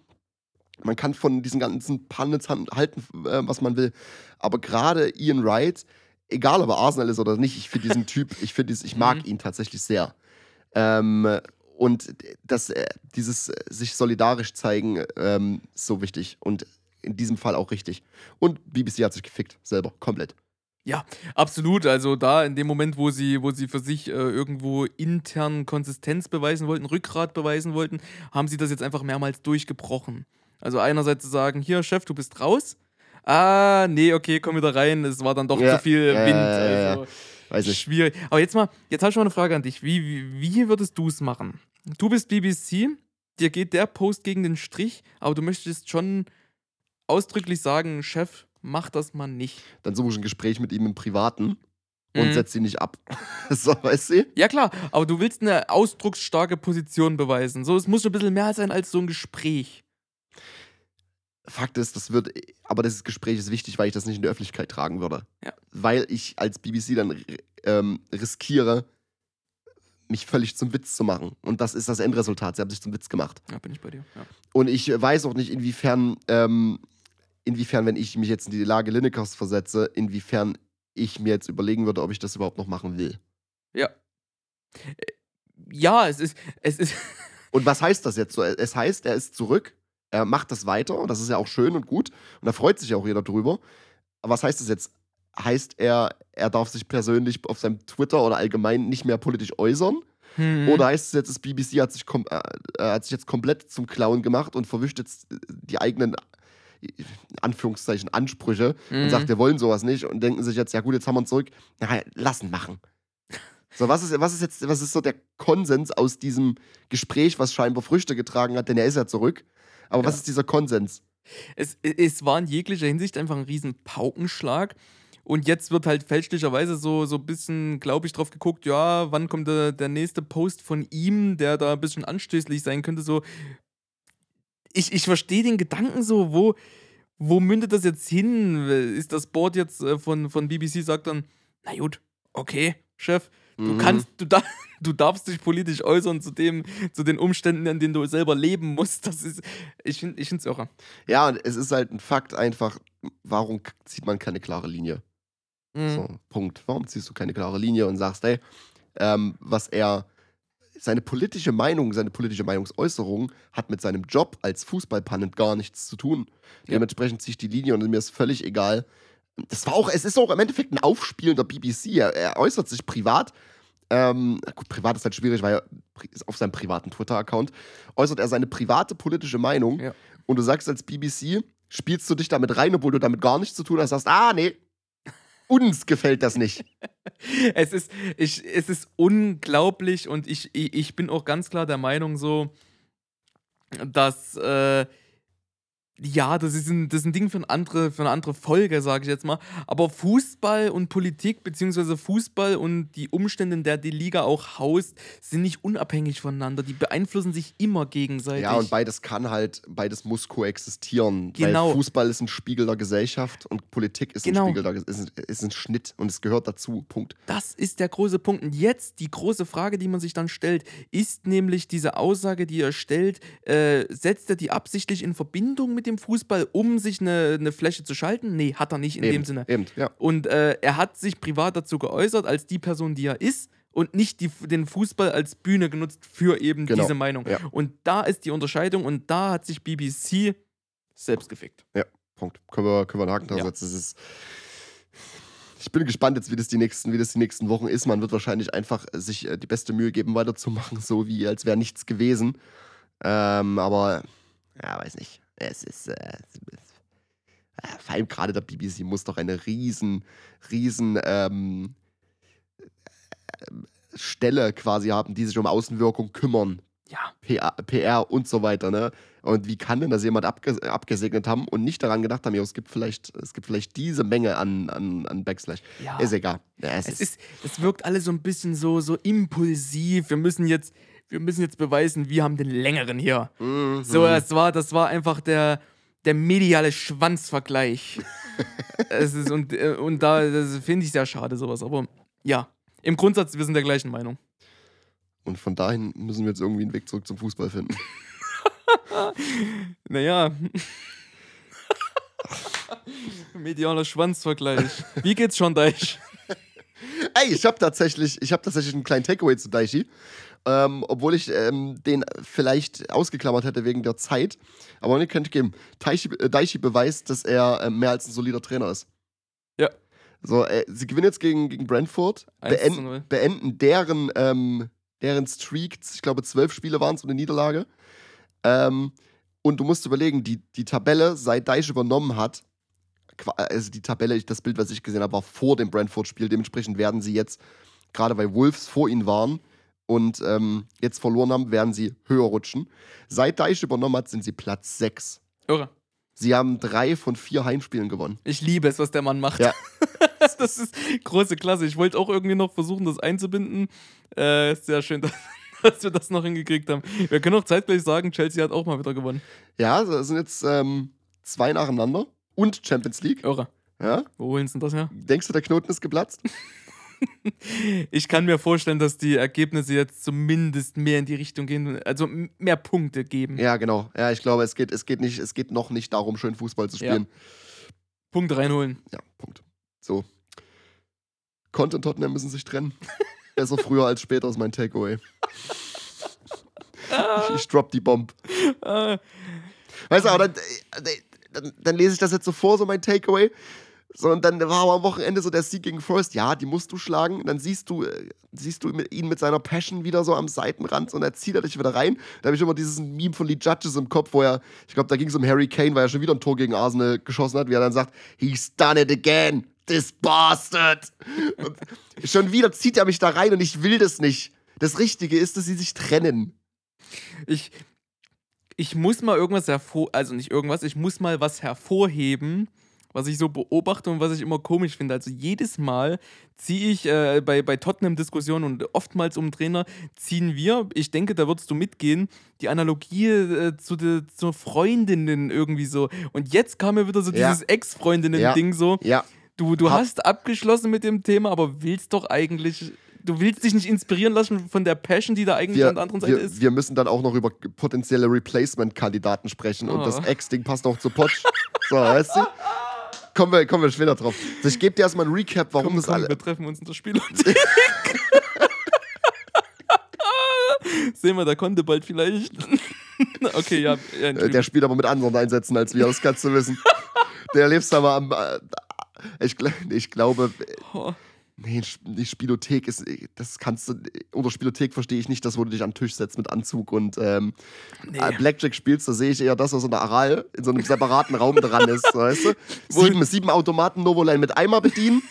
von diesen ganzen Pundits halten, was man will. Aber gerade Ian Wright, egal ob er Arsenal ist oder nicht, ich finde diesen Typ, ich mag ihn tatsächlich sehr. Und dieses sich solidarisch zeigen ist so wichtig und in diesem Fall auch richtig. Und BBC hat sich gefickt, selber, komplett. Ja, absolut. Also da in dem Moment, wo sie für sich irgendwo intern Konsistenz beweisen wollten, Rückgrat beweisen wollten, haben sie das jetzt einfach mehrmals durchgebrochen. Also einerseits zu sagen, hier Chef, du bist raus. Ah, nee, okay, komm wieder rein. Es war dann doch zu viel Wind. Also Weiß nicht. schwierig. Aber jetzt habe ich schon mal eine Frage an dich. Wie würdest du es machen? Du bist BBC, dir geht der Post gegen den Strich, aber du möchtest schon ausdrücklich sagen, Chef, mach das mal nicht. Dann suche ich ein Gespräch mit ihm im Privaten und setze ihn nicht ab. So, weißt du? Ja klar, aber du willst eine ausdrucksstarke Position beweisen. So, es muss schon ein bisschen mehr sein als so ein Gespräch. Fakt ist, aber das Gespräch ist wichtig, weil ich das nicht in der Öffentlichkeit tragen würde. Ja. Weil ich als BBC dann riskiere, mich völlig zum Witz zu machen. Und das ist das Endresultat. Sie haben sich zum Witz gemacht. Ja, bin ich bei dir. Ja. Und ich weiß auch nicht, inwiefern, wenn ich mich jetzt in die Lage Linekers versetze, inwiefern ich mir jetzt überlegen würde, ob ich das überhaupt noch machen will. Ja. Ja, es ist. Und was heißt das jetzt so? Es heißt, er ist zurück, er macht das weiter und das ist ja auch schön und gut und da freut sich ja auch jeder drüber. Aber was heißt das jetzt? Heißt er darf sich persönlich auf seinem Twitter oder allgemein nicht mehr politisch äußern? Oder heißt es jetzt, das BBC hat sich jetzt komplett zum Clown gemacht und verwischt jetzt die eigenen, in Anführungszeichen, Ansprüche und sagt, wir wollen sowas nicht und denken sich jetzt, ja gut, jetzt haben wir ihn zurück, na, lassen machen. So, was ist so der Konsens aus diesem Gespräch, was scheinbar Früchte getragen hat, denn er ist ja zurück. Aber was ist dieser Konsens? Es war in jeglicher Hinsicht einfach ein riesen Paukenschlag. Und jetzt wird halt fälschlicherweise so ein bisschen, glaube ich, drauf geguckt, ja, wann kommt der nächste Post von ihm, der da ein bisschen anstößlich sein könnte. So, ich verstehe den Gedanken so, wo mündet das jetzt hin? Ist das Board jetzt von BBC, sagt dann, na gut, okay, Chef, du darfst dich politisch äußern zu den Umständen, in denen du selber leben musst. Ich finde es irre. Ja, und es ist halt ein Fakt einfach, warum zieht man keine klare Linie? So, Punkt. Warum ziehst du keine klare Linie und sagst, ey, seine politische Meinungsäußerung hat mit seinem Job als Fußballpundit gar nichts zu tun. Ja. Dementsprechend ziehe ich die Linie und mir ist völlig egal. Es ist auch im Endeffekt ein Aufspielen der BBC. Er äußert sich privat. Gut, privat ist halt schwierig, weil er auf seinem privaten Twitter-Account äußert er seine private politische Meinung. Ja. Und du sagst als BBC, spielst du dich damit rein, obwohl du damit gar nichts zu tun hast, sagst, nee, uns gefällt das nicht. Es ist unglaublich und ich bin auch ganz klar der Meinung so, dass das ist ein Ding für eine andere Folge, sage ich jetzt mal. Aber Fußball und Politik, beziehungsweise Fußball und die Umstände, in der die Liga auch haust, sind nicht unabhängig voneinander. Die beeinflussen sich immer gegenseitig. Ja, und beides muss koexistieren. Genau. Weil Fußball ist ein Spiegel der Gesellschaft und Politik ist ein Spiegel ist ein Schnitt und es gehört dazu. Punkt. Das ist der große Punkt. Und jetzt die große Frage, die man sich dann stellt, ist nämlich diese Aussage, die er stellt, setzt er die absichtlich in Verbindung mit dem Fußball, um sich eine Fläche zu schalten? Nee, hat er nicht in dem Sinne. Eben, ja. Und er hat sich privat dazu geäußert, als die Person, die er ist, und nicht den Fußball als Bühne genutzt für eben diese Meinung. Ja. Und da ist die Unterscheidung und da hat sich BBC selbst gefickt. Ja, Punkt. Können wir einen Haken da setzen. Ich bin gespannt jetzt, wie das die nächsten Wochen ist. Man wird wahrscheinlich einfach sich die beste Mühe geben, weiterzumachen, so wie als wäre nichts gewesen. Aber, ja, weiß nicht. Es ist, vor allem gerade der BBC muss doch eine riesen Stelle quasi haben, die sich um Außenwirkung kümmern. Ja. PR und so weiter, ne? Und wie kann denn das jemand abgesegnet haben und nicht daran gedacht haben, es gibt vielleicht diese Menge an Backslash. Ja. Ist egal. Ja, Es wirkt alles so ein bisschen so impulsiv. Wir müssen jetzt beweisen, wir haben den längeren hier. So, das war einfach der mediale Schwanzvergleich. Und das finde ich sehr schade, sowas. Aber ja, im Grundsatz, wir sind der gleichen Meinung. Und von dahin müssen wir jetzt irgendwie einen Weg zurück zum Fußball finden. Naja. Medialer Schwanzvergleich. Wie geht's schon, Deich? Ey, ich habe tatsächlich einen kleinen Takeaway zu Daichi. Obwohl ich den vielleicht ausgeklammert hätte wegen der Zeit. Aber ich könnte geben. Daichi beweist, dass er mehr als ein solider Trainer ist. Ja. So, sie gewinnen jetzt gegen Brentford, 1:0. beenden deren Streak, ich glaube 12 Spiele waren es ohne Niederlage. Und du musst überlegen, die Tabelle, seit Daichi übernommen hat, also die Tabelle, das Bild, was ich gesehen habe, war vor dem Brentford-Spiel. Dementsprechend werden sie jetzt, gerade weil Wolves vor ihnen waren und jetzt verloren haben, werden sie höher rutschen. Seit Daichi übernommen hat, sind sie Platz 6. Irre. Sie haben 3 von 4 Heimspielen gewonnen. Ich liebe es, was der Mann macht. Ja. Das ist große Klasse. Ich wollte auch irgendwie noch versuchen, das einzubinden. Sehr schön, dass wir das noch hingekriegt haben. Wir können auch zeitgleich sagen, Chelsea hat auch mal wieder gewonnen. Ja, das sind jetzt 2 nacheinander und Champions League. Irre. Ja? Wo holen sie denn das her? Denkst du, der Knoten ist geplatzt? Ich kann mir vorstellen, dass die Ergebnisse jetzt zumindest mehr in die Richtung gehen, also mehr Punkte geben. Ja, genau. Ja, ich glaube, es geht noch nicht darum, schön Fußball zu spielen. Ja. Punkte reinholen. Ja, Punkt. So. Conte und Tottenham müssen sich trennen. Besser früher als später ist mein Takeaway. Ich drop die Bomb. Weißt du, aber dann lese ich das jetzt so vor, so mein Takeaway. So, und dann war aber am Wochenende so der Sieg gegen Forest. Ja, die musst du schlagen. Und dann siehst du ihn mit seiner Passion wieder so am Seitenrand und dann zieht er dich wieder rein. Da habe ich immer dieses Meme von Lee Judges im Kopf, wo ich glaube, da ging es um Harry Kane, weil er schon wieder ein Tor gegen Arsenal geschossen hat, wie er dann sagt, he's done it again, this bastard. Und schon wieder zieht er mich da rein und ich will das nicht. Das Richtige ist, dass sie sich trennen. Ich muss mal ich muss mal was hervorheben, was ich so beobachte und was ich immer komisch finde. Also jedes Mal ziehe ich bei Tottenham-Diskussionen und oftmals um Trainer ziehen wir, ich denke, da würdest du mitgehen, die Analogie zu Freundinnen irgendwie so. Und jetzt kam mir wieder so dieses Ex-Freundinnen-Ding so. Ja. Du hast abgeschlossen mit dem Thema, aber willst doch eigentlich... Du willst dich nicht inspirieren lassen von der Passion, die da eigentlich an der anderen Seite ist? Wir müssen dann auch noch über potenzielle Replacement-Kandidaten sprechen. Und das Ex-Ding passt auch zu Potsch. So, weißt du? Kommen wir später drauf. Also ich gebe dir erstmal ein Recap, warum das alle... Wir treffen uns in der Spielothek. Sehen wir, der konnte bald vielleicht. Okay, ja. Der spielt aber mit anderen Einsätzen als wir, das kannst du wissen. Der lebst aber am... Ich glaube... Nee, die Spielothek ist, das kannst du, unter Spielothek verstehe ich nicht das, wo du dich an den Tisch setzt mit Anzug und Blackjack spielst, da sehe ich eher das, was in der Aral in so einem separaten Raum dran ist, weißt du? 7 Automaten Novoline mit Eimer bedienen,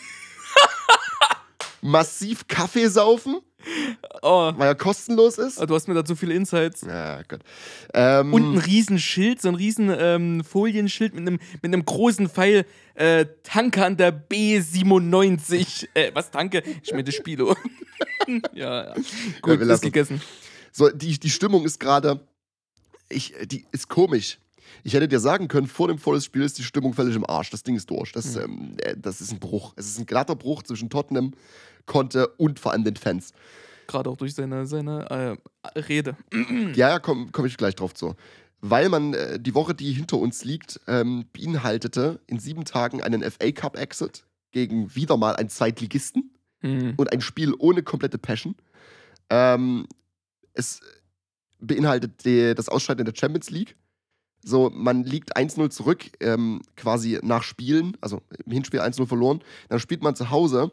massiv Kaffee saufen, weil er kostenlos ist. Du hast mir da zu viele Insights. Ja, Gott. Und ein Riesenschild, so ein riesen Folienschild mit einem großen Pfeil. Tanke an der B97. Was Tanke? Ich meine Spilo. ja. Gut, ist gegessen. So, die Stimmung ist gerade, die ist komisch. Ich hätte dir sagen können, vor dem Forest-Spiel ist die Stimmung völlig im Arsch. Das Ding ist durch. Das ist ein Bruch. Es ist ein glatter Bruch zwischen Tottenham, Conte und vor allem den Fans. Gerade auch durch seine Rede. Ja, komm ich gleich drauf zu. Weil man die Woche, die hinter uns liegt, beinhaltete in 7 Tagen einen FA-Cup-Exit gegen wieder mal einen Zweitligisten und ein Spiel ohne komplette Passion. Es beinhaltet das Ausscheiden in der Champions League. So, man liegt 1-0 zurück, quasi nach Spielen, also im Hinspiel 1-0 verloren. Dann spielt man zu Hause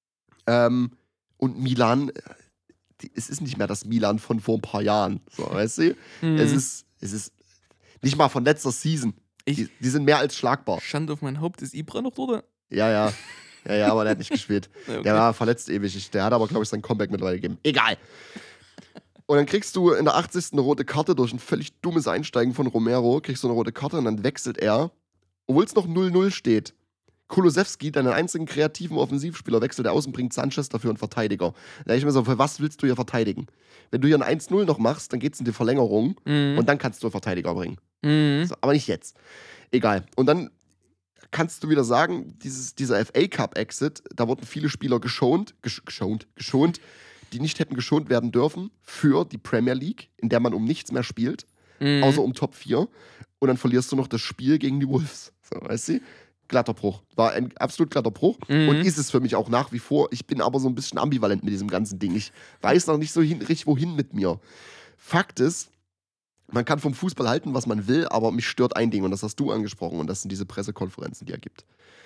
und Milan, es ist nicht mehr das Milan von vor ein paar Jahren, so, weißt du? Es ist nicht mal von letzter Season. Die sind mehr als schlagbar. Schande auf mein Haupt, ist Ibra noch dort? Ja, aber der hat nicht gespielt. Okay. Der war verletzt ewig. Der hat aber, glaube ich, sein Comeback mittlerweile gegeben. Egal. Und dann kriegst du in der 80. eine rote Karte durch ein völlig dummes Einsteigen von Romero. Kriegst du eine rote Karte und dann wechselt er, obwohl es noch 0-0 steht. Kulusewski, deinen einzigen kreativen Offensivspieler, wechselt er aus und bringt Sanchez dafür einen Verteidiger. Da denke ich mir so, für was willst du hier verteidigen? Wenn du hier ein 1-0 noch machst, dann geht's in die Verlängerung und dann kannst du einen Verteidiger bringen. So, aber nicht jetzt. Egal. Und dann kannst du wieder sagen, dieser FA-Cup-Exit, da wurden viele Spieler geschont, die nicht hätten geschont werden dürfen für die Premier League, in der man um nichts mehr spielt, außer um Top 4. Und dann verlierst du noch das Spiel gegen die Wolves. So, weißt du? glatter Bruch. War ein absolut glatter Bruch und ist es für mich auch nach wie vor. Ich bin aber so ein bisschen ambivalent mit diesem ganzen Ding. Ich weiß noch nicht so richtig, wohin mit mir. Fakt ist, man kann vom Fußball halten, was man will, aber mich stört ein Ding und das hast du angesprochen und das sind diese Pressekonferenzen, die er gibt.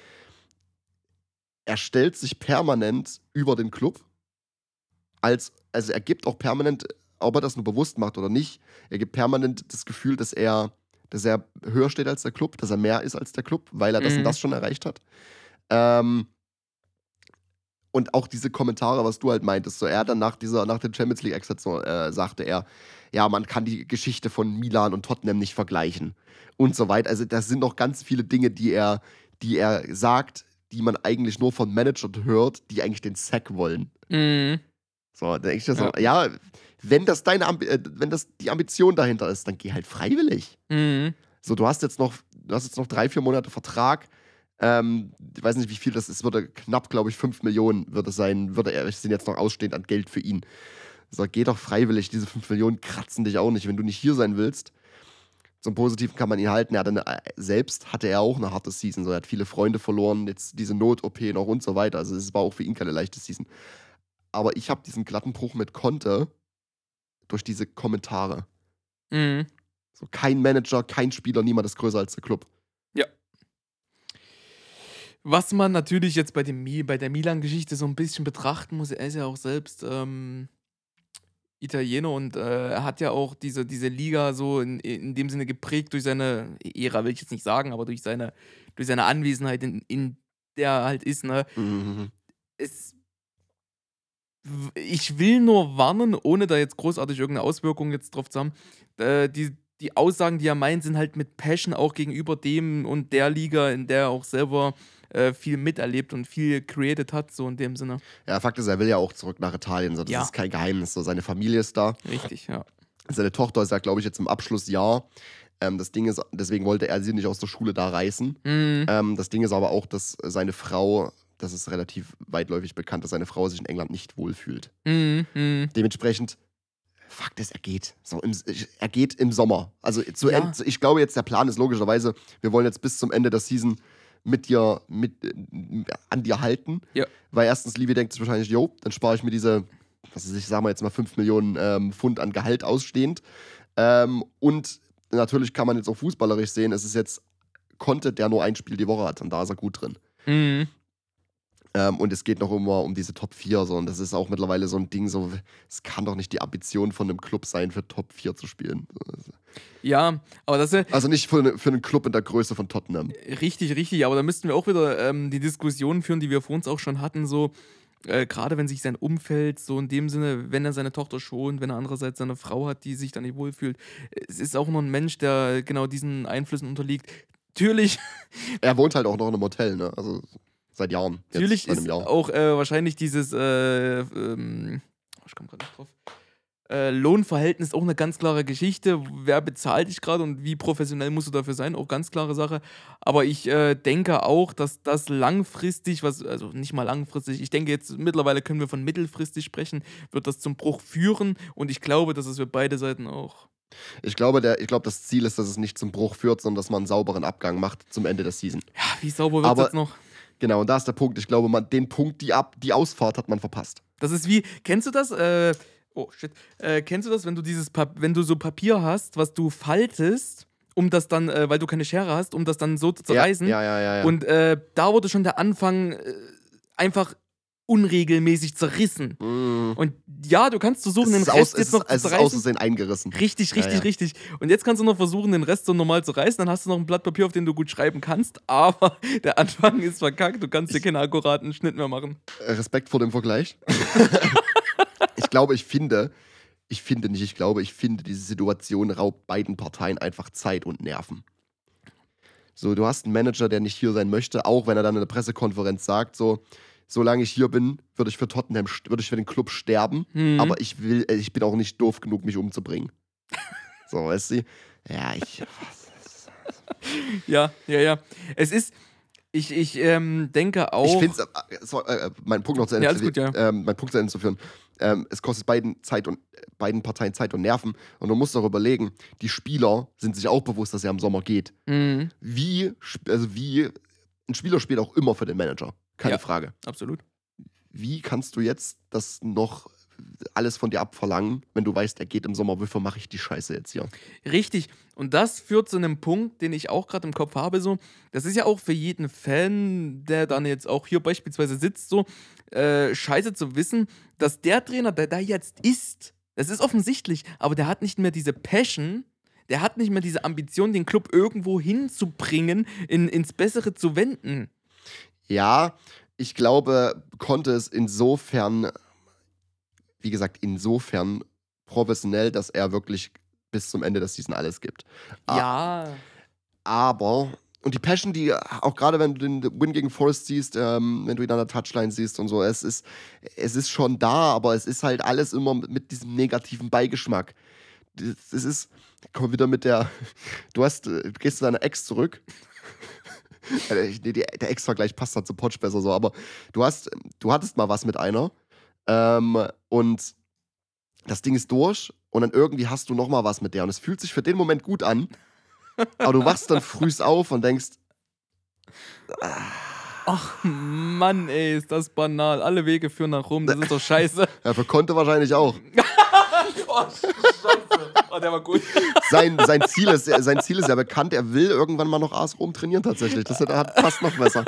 Er stellt sich permanent über den Club, also er gibt auch permanent, ob er das nur bewusst macht oder nicht, er gibt permanent das Gefühl, dass er höher steht als der Club, dass er mehr ist als der Club, weil er das und das schon erreicht hat. Und auch diese Kommentare, was du halt meintest, so er dann nach dem Champions League Exit sagte er, ja, man kann die Geschichte von Milan und Tottenham nicht vergleichen und so weiter. Also das sind noch ganz viele Dinge, die er sagt, die man eigentlich nur von Managern hört, die eigentlich den Sack wollen. So, da denke ich mir so, ja, wenn das die Ambition dahinter ist, dann geh halt freiwillig. So, du hast jetzt noch 3-4 Monate Vertrag. Ich weiß nicht, wie viel das ist. Würde knapp, glaube ich, 5 Millionen sind jetzt noch ausstehend an Geld für ihn. So, geh doch freiwillig. Diese 5 Millionen kratzen dich auch nicht, wenn du nicht hier sein willst. Zum Positiven kann man ihn halten. Selbst hatte er auch eine harte Season. So, er hat viele Freunde verloren, jetzt diese Not-OP noch und so weiter. Also es war auch für ihn keine leichte Season. Aber ich habe diesen glatten Bruch mit Conte durch diese Kommentare. So, kein Manager, kein Spieler, niemand ist größer als der Club. Ja. Was man natürlich jetzt bei der Milan-Geschichte so ein bisschen betrachten muss, er ist ja auch selbst Italiener und er hat ja auch diese Liga so in dem Sinne geprägt durch seine Ära, will ich jetzt nicht sagen, aber durch seine Anwesenheit, in der er halt ist, ne? Ich will nur warnen, ohne da jetzt großartig irgendeine Auswirkung jetzt drauf zu haben, die Aussagen, die er meint, sind halt mit Passion auch gegenüber dem und der Liga, in der er auch selber viel miterlebt und viel created hat, so in dem Sinne. Ja, Fakt ist, er will ja auch zurück nach Italien, so, das ist kein Geheimnis, so, seine Familie ist da. Richtig, ja. Seine Tochter ist ja, glaube ich, jetzt im Abschlussjahr. Das Ding ist, deswegen wollte er sie nicht aus der Schule da reißen. Das Ding ist aber auch, dass seine Frau, das ist relativ weitläufig bekannt, dass seine Frau sich in England nicht wohlfühlt. Dementsprechend, Fakt ist, er geht. So, er geht im Sommer. Also ich glaube jetzt, der Plan ist logischerweise, wir wollen jetzt bis zum Ende der Season an dir halten. Ja. Weil erstens, Levy denkt sich wahrscheinlich, dann spare ich mir diese, sagen wir jetzt mal 5 Millionen Pfund an Gehalt ausstehend. Und natürlich kann man jetzt auch fußballerisch sehen, es ist jetzt Conte, der nur ein Spiel die Woche hat und da ist er gut drin. Und es geht noch immer um diese Top 4. So, und das ist auch mittlerweile so ein Ding, so, es kann doch nicht die Ambition von einem Club sein, für Top 4 zu spielen. Ja, aber das ist also nicht für einen Club in der Größe von Tottenham. Richtig, aber da müssten wir auch wieder die Diskussion führen, die wir vor uns auch schon hatten, so gerade wenn sich sein Umfeld so in dem Sinne, wenn er seine Tochter schont, wenn er andererseits seine Frau hat, die sich dann nicht wohlfühlt. Es ist auch noch ein Mensch, der genau diesen Einflüssen unterliegt. Natürlich. Er wohnt halt auch noch in einem Hotel, ne? Also seit Jahren. Natürlich ist auch wahrscheinlich dieses, ich komme gerade nicht drauf, Lohnverhältnis auch eine ganz klare Geschichte. Wer bezahlt dich gerade und wie professionell musst du dafür sein? Auch ganz klare Sache. Aber ich denke auch, dass das langfristig, also nicht mal langfristig, ich denke jetzt mittlerweile können wir von mittelfristig sprechen, wird das zum Bruch führen und ich glaube, dass es für beide Seiten auch. Ich glaube, das Ziel ist, dass es nicht zum Bruch führt, sondern dass man einen sauberen Abgang macht zum Ende der Season. Ja, wie sauber wird es jetzt noch? Genau, und da ist der Punkt. Ich glaube, den Punkt, die Ausfahrt hat man verpasst. Das ist wie, kennst du das? Kennst du das, wenn du so Papier hast, was du faltest, um das dann, weil du keine Schere hast, um das dann so zu zerreißen? Ja. Und da wurde schon der Anfang einfach unregelmäßig zerrissen. Und ja, du kannst versuchen, den Rest jetzt noch zu zerreißen. Es ist außersehen eingerissen. Richtig. Und jetzt kannst du noch versuchen, den Rest so normal zu reißen. Dann hast du noch ein Blatt Papier, auf dem du gut schreiben kannst. Aber der Anfang ist verkackt. Du kannst dir keinen akkuraten Schnitt mehr machen. Respekt vor dem Vergleich. Ich finde, diese Situation raubt beiden Parteien einfach Zeit und Nerven. So, du hast einen Manager, der nicht hier sein möchte, auch wenn er dann in der Pressekonferenz sagt, so, solange ich hier bin, würde ich für den Club sterben, aber ich bin auch nicht doof genug, mich umzubringen. So, weißt du? Ja. Es ist, ich denke auch. Ich finde es, mein Punkt noch zu Ende, mein Punkt zu Ende zu führen. Es kostet beiden Parteien Zeit und Nerven. Und man muss darüber überlegen, die Spieler sind sich auch bewusst, dass er im Sommer geht. Wie ein Spieler spielt auch immer für den Manager. Keine Ja. Frage. Absolut. Wie kannst du jetzt das noch alles von dir abverlangen, wenn du weißt, er geht im Sommer, wofür mache ich die Scheiße jetzt hier? Richtig. Und das führt zu einem Punkt, den ich auch gerade im Kopf habe. So, das ist ja auch für jeden Fan, der dann jetzt auch hier beispielsweise sitzt, so scheiße zu wissen, dass der Trainer, der da jetzt ist, das ist offensichtlich, aber der hat nicht mehr diese Passion, der hat nicht mehr diese Ambition, den Club irgendwo hinzubringen, ins Bessere zu wenden. Ja, ich glaube, konnte es insofern, wie gesagt, insofern professionell, dass er wirklich bis zum Ende der Season alles gibt. Ja. Aber, und die Passion, die auch gerade wenn du den Win gegen Forest siehst, wenn du ihn an der Touchline siehst und so, es ist schon da, aber es ist halt alles immer mit diesem negativen Beigeschmack. Es ist, komm wieder mit der, du gehst zu deiner Ex zurück. Der Ex-Vergleich passt da zu Potsch besser so, aber du hattest mal was mit einer und das Ding ist durch und dann irgendwie hast du nochmal was mit der und es fühlt sich für den Moment gut an, aber du wachst dann frühst auf und denkst, Ach Mann, ey, ist das banal. Alle Wege führen nach Rom, das ist doch scheiße. ja, für Conte wahrscheinlich auch. Oh, scheiße. Oh, der war gut. Sein Ziel ist ja bekannt, er will irgendwann mal noch AS Rom trainieren tatsächlich. Das passt noch besser.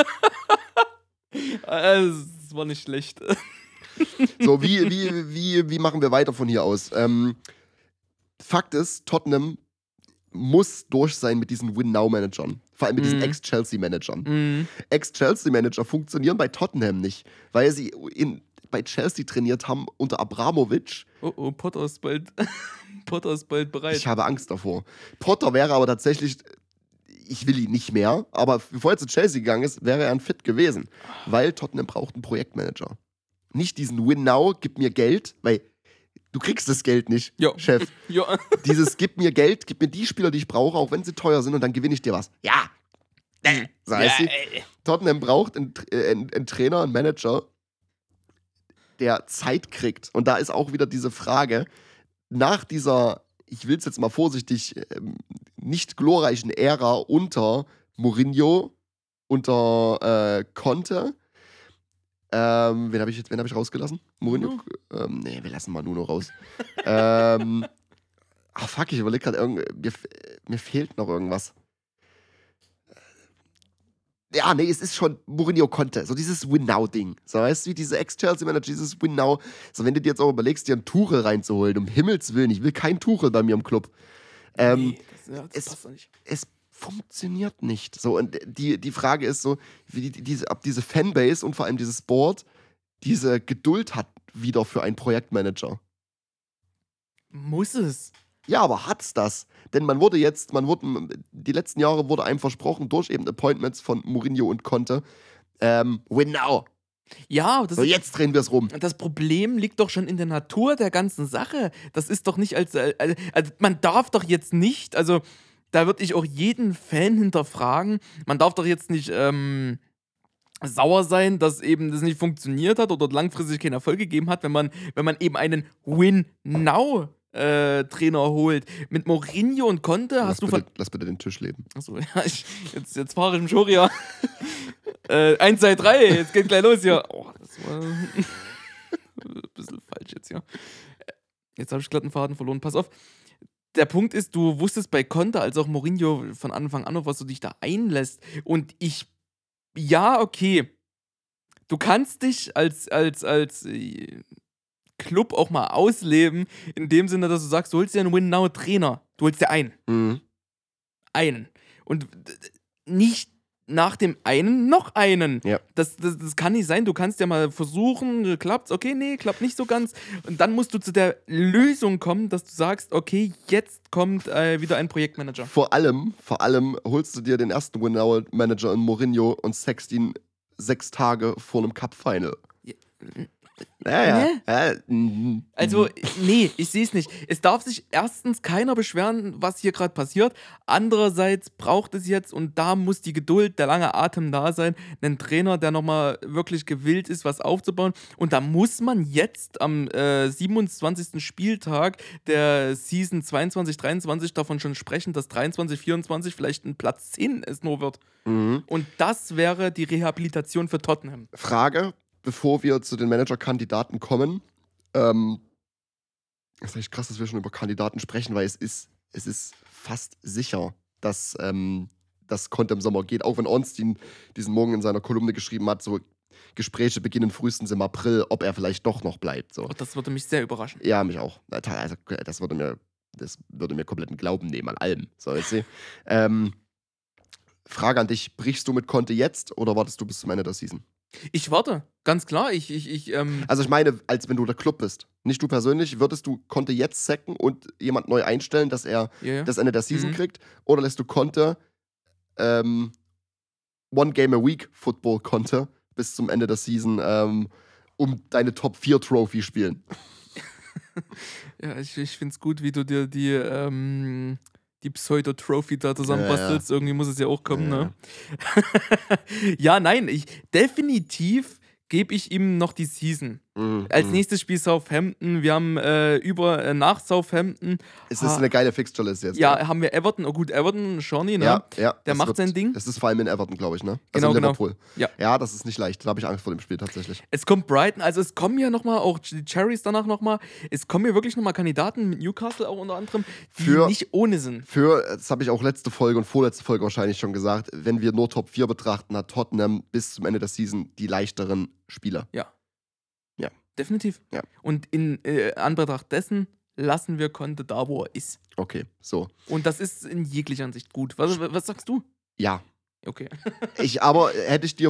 Das war nicht schlecht. So, wie machen wir weiter von hier aus? Fakt ist, Tottenham muss durch sein mit diesen Win-Now-Managern. Vor allem mit diesen Ex-Chelsea-Managern. Ex-Chelsea-Manager funktionieren bei Tottenham nicht, weil sie bei Chelsea trainiert haben unter Abramovic. Oh, Potter ist bald bereit. Ich habe Angst davor. Potter wäre aber tatsächlich, ich will ihn nicht mehr, aber bevor er zu Chelsea gegangen ist, wäre er ein Fit gewesen. Weil Tottenham braucht einen Projektmanager. Nicht diesen Win-Now, gib mir Geld, weil du kriegst das Geld nicht, Jo. Chef. Ja. Dieses gib mir Geld, gib mir die Spieler, die ich brauche, auch wenn sie teuer sind und dann gewinne ich dir was. Ja. So heißt sie. Tottenham braucht einen Trainer, einen Manager, der Zeit kriegt. Und da ist auch wieder diese Frage, nach dieser, ich will es jetzt mal vorsichtig, nicht glorreichen Ära unter Mourinho, unter Conte. Wen hab ich rausgelassen? Mourinho? Nee, wir lassen mal Nuno raus. Fuck, ich überlege gerade, mir fehlt noch irgendwas. Ja, nee, es ist schon Mourinho Conte, so dieses Win-Now-Ding. So, weißt du, wie diese Ex-Chelsea-Manager, dieses Win-Now. So, wenn du dir jetzt auch überlegst, dir einen Tuchel reinzuholen, um Himmels Willen, ich will keinen Tuchel bei mir im Club. Nee, das passt doch nicht. Es funktioniert nicht. So, und die Frage ist so, ob diese Fanbase und vor allem dieses Board diese Geduld hat wieder für einen Projektmanager. Muss es. Ja, aber hat's das? Denn die letzten Jahre wurde einem versprochen, durch eben Appointments von Mourinho und Conte, win now. Ja, So, jetzt drehen wir es rum. das Problem liegt doch schon in der Natur der ganzen Sache. Das ist doch nicht also man darf doch jetzt nicht, also da würde ich auch jeden Fan hinterfragen, man darf doch jetzt nicht sauer sein, dass eben das nicht funktioniert hat oder langfristig keinen Erfolg gegeben hat, wenn man eben einen Win-Now Trainer holt. Mit Mourinho und Conte Lass bitte den Tisch leben. Achso, ja, jetzt fahre ich im Schoria. 1, 2, 3, jetzt geht gleich los hier. Oh, das war ein bisschen falsch jetzt hier. Jetzt habe ich glatt einen Faden verloren. Pass auf. Der Punkt ist, du wusstest bei Conte als auch Mourinho von Anfang an, auf was du dich da einlässt. Und ja, okay. Du kannst dich als Club auch mal ausleben, in dem Sinne, dass du sagst, du holst dir einen Win-Now-Trainer. Du holst dir einen. Mhm. Einen. Und nicht nach dem einen noch einen. Ja. Das kann nicht sein. Du kannst ja mal versuchen, klappt's? Okay, nee, klappt nicht so ganz. Und dann musst du zu der Lösung kommen, dass du sagst, okay, jetzt kommt wieder ein Projektmanager. Vor allem holst du dir den ersten Win-Now-Manager in Mourinho und sackst ihn 6 Tage vor einem Cup-Final. Also, nee, ich sehe es nicht. Es darf sich erstens keiner beschweren, was hier gerade passiert. Andererseits braucht es jetzt, und da muss die Geduld, der lange Atem da sein, einen Trainer, der nochmal wirklich gewillt ist, was aufzubauen. Und da muss man jetzt am 27. Spieltag der Season 22/23 davon schon sprechen, dass 23/24 vielleicht ein Platz 10 es nur wird. Und das wäre die Rehabilitation für Tottenham. Frage, bevor wir zu den Manager-Kandidaten kommen. Es ist echt krass, dass wir schon über Kandidaten sprechen, weil es ist fast sicher, dass das Conte im Sommer geht. Auch wenn Ornstein diesen Morgen in seiner Kolumne geschrieben hat, so Gespräche beginnen frühestens im April, ob er vielleicht doch noch bleibt. So. Oh, das würde mich sehr überraschen. Ja, mich auch. Also, das würde mir kompletten Glauben nehmen an allem. So, weißt du? Frage an dich, brichst du mit Conte jetzt oder wartest du bis zum Ende der Season? Ich warte, ganz klar. Also ich meine, als wenn du der Club bist. Nicht du persönlich, würdest du Conte jetzt sacken und jemand neu einstellen, dass er das Ende der Season kriegt? Oder lässt du Conte One Game a Week Football Conte bis zum Ende der Season um deine Top 4 Trophy spielen? Ja, ich finde es gut, wie du dir die Pseudo-Trophy da zusammenbastelst. Ja. Irgendwie muss es ja auch kommen, ne? Ja, nein, definitiv gebe ich ihm noch die Season. Als nächstes Spiel Southampton. Wir haben nach Southampton. Es ist eine geile Fixture-Liste jetzt. Ja, haben wir Everton. Oh gut, Everton, Shawnee, ne? Ja, der macht sein Ding. Das ist vor allem in Everton, glaube ich, ne? Genau, in Liverpool. Genau. Ja, das ist nicht leicht. Da habe ich Angst vor dem Spiel tatsächlich. Es kommt Brighton, also es kommen ja nochmal, auch die Cherries danach nochmal, es kommen ja wirklich nochmal Kandidaten, mit Newcastle auch unter anderem, die nicht ohne sind. Das habe ich auch letzte Folge und vorletzte Folge wahrscheinlich schon gesagt, wenn wir nur Top 4 betrachten, hat Tottenham bis zum Ende der Season die leichteren Spieler. Ja. Ja. Definitiv. Ja. Und in Anbetracht dessen lassen wir Conte da, wo er ist. Okay, so. Und das ist in jeglicher Ansicht gut. Was sagst du? Ja. Okay. Aber hätte ich dir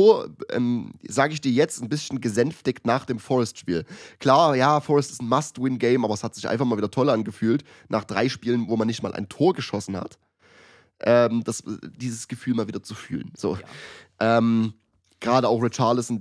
sage ich dir jetzt ein bisschen gesänftigt nach dem Forest-Spiel. Klar, ja, Forest ist ein Must-Win-Game, aber es hat sich einfach mal wieder toll angefühlt, nach 3 Spielen, wo man nicht mal ein Tor geschossen hat, dieses Gefühl mal wieder zu fühlen. So. Ja. Gerade auch Richarlison,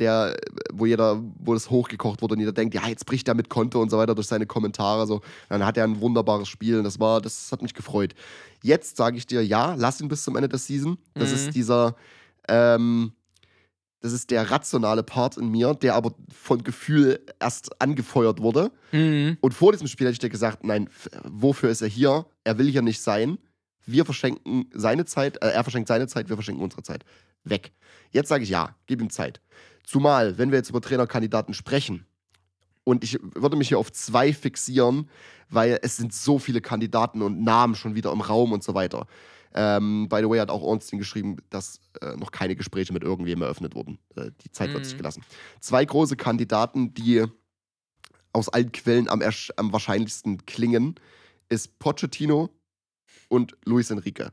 wo das hochgekocht wurde und jeder denkt, ja, jetzt bricht er mit Conte und so weiter durch seine Kommentare. So. Dann hat er ein wunderbares Spiel und das hat mich gefreut. Jetzt sage ich dir, ja, lass ihn bis zum Ende der Season. Das ist das ist der rationale Part in mir, der aber von Gefühl erst angefeuert wurde. Und vor diesem Spiel hätte ich dir gesagt, nein, wofür ist er hier? Er will hier nicht sein. Wir verschenken seine Zeit, er verschenkt seine Zeit, wir verschenken unsere Zeit. Weg. Jetzt sage ich ja, gib ihm Zeit. Zumal, wenn wir jetzt über Trainerkandidaten sprechen, und ich würde mich hier auf 2 fixieren, weil es sind so viele Kandidaten und Namen schon wieder im Raum und so weiter. By the way, hat auch Ornstein geschrieben, dass noch keine Gespräche mit irgendwem eröffnet wurden. Die Zeit wird sich gelassen. 2 große Kandidaten, die aus allen Quellen am wahrscheinlichsten klingen, ist Pochettino und Luis Enrique.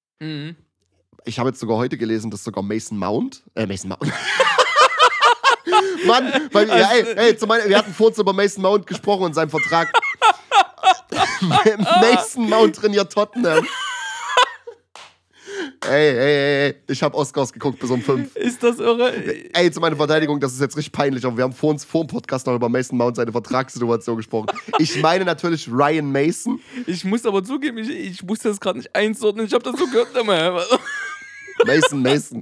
Ich habe jetzt sogar heute gelesen, dass sogar Mason Mount. Mann, weil, wir hatten vorhin über Mason Mount gesprochen und seinen Vertrag. Mason Mount trainiert Tottenham. Ey, ich habe Oscars geguckt bis um 5. Ist das irre? Ey, zu meiner Verteidigung, das ist jetzt richtig peinlich, aber wir haben vor dem Podcast noch über Mason Mount seine Vertragssituation gesprochen. Ich meine natürlich Ryan Mason. Ich muss aber zugeben, ich musste das gerade nicht einordnen, ich habe das so gehört. Mason.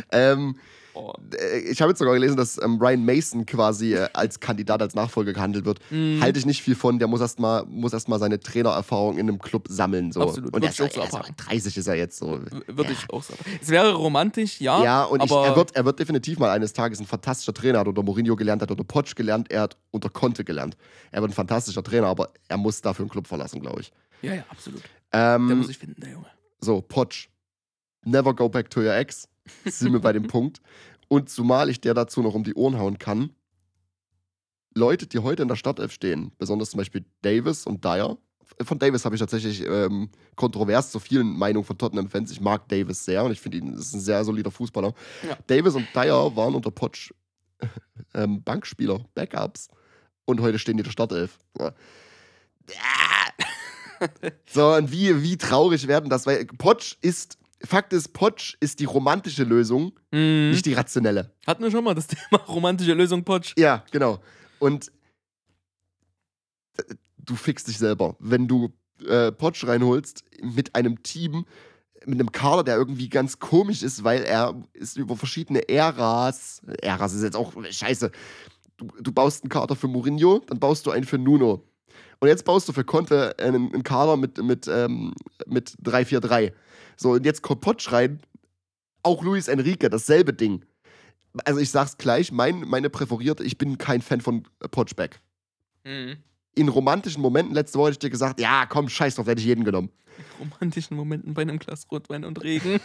Ich habe jetzt sogar gelesen, dass Ryan Mason quasi als Kandidat, als Nachfolger gehandelt wird. Halte ich nicht viel von. Der muss erst mal seine Trainererfahrung in einem Club sammeln. So. Absolut. Und er ist 30 ist er jetzt so. Würde ich auch sagen. Es wäre romantisch, ja. Ja, und aber er wird definitiv mal eines Tages ein fantastischer Trainer. Er hat unter Mourinho gelernt, hat unter Poch gelernt, er hat unter Conte gelernt. Er wird ein fantastischer Trainer, aber er muss dafür einen Club verlassen, glaube ich. Ja, absolut. Der muss ich finden, der Junge. So, Poch. Never go back to your ex. Sind wir bei dem Punkt. Und zumal ich der dazu noch um die Ohren hauen kann, Leute, die heute in der Startelf stehen, besonders zum Beispiel Davis und Dyer. Von Davis habe ich tatsächlich kontrovers zu vielen Meinungen von Tottenham-Fans. Ich mag Davis sehr und ich finde ihn, das ist ein sehr solider Fußballer. Ja. Davis und Dyer waren unter Poch Bankspieler, Backups. Und heute stehen die in der Startelf. So, und wie traurig werden das? Weil Fakt ist, Poch ist die romantische Lösung, nicht die rationelle. Hatten wir schon mal das Thema romantische Lösung, Poch? Ja, genau. Und du fickst dich selber, wenn du Poch reinholst mit einem Team, mit einem Kader, der irgendwie ganz komisch ist, weil er ist über verschiedene Äras ist jetzt auch scheiße. Du baust einen Kader für Mourinho, dann baust du einen für Nuno. Und jetzt baust du für Conte einen Kader mit 3-4-3. So, und jetzt kommt Poch rein, auch Luis Enrique, dasselbe Ding. Also ich sag's gleich, meine präferierte, ich bin kein Fan von Pochback. Mhm. In romantischen Momenten, letzte Woche hätte ich dir gesagt, ja, komm, scheiß drauf, hätte ich jeden genommen. In romantischen Momenten bei einem Glas Rotwein und Regen.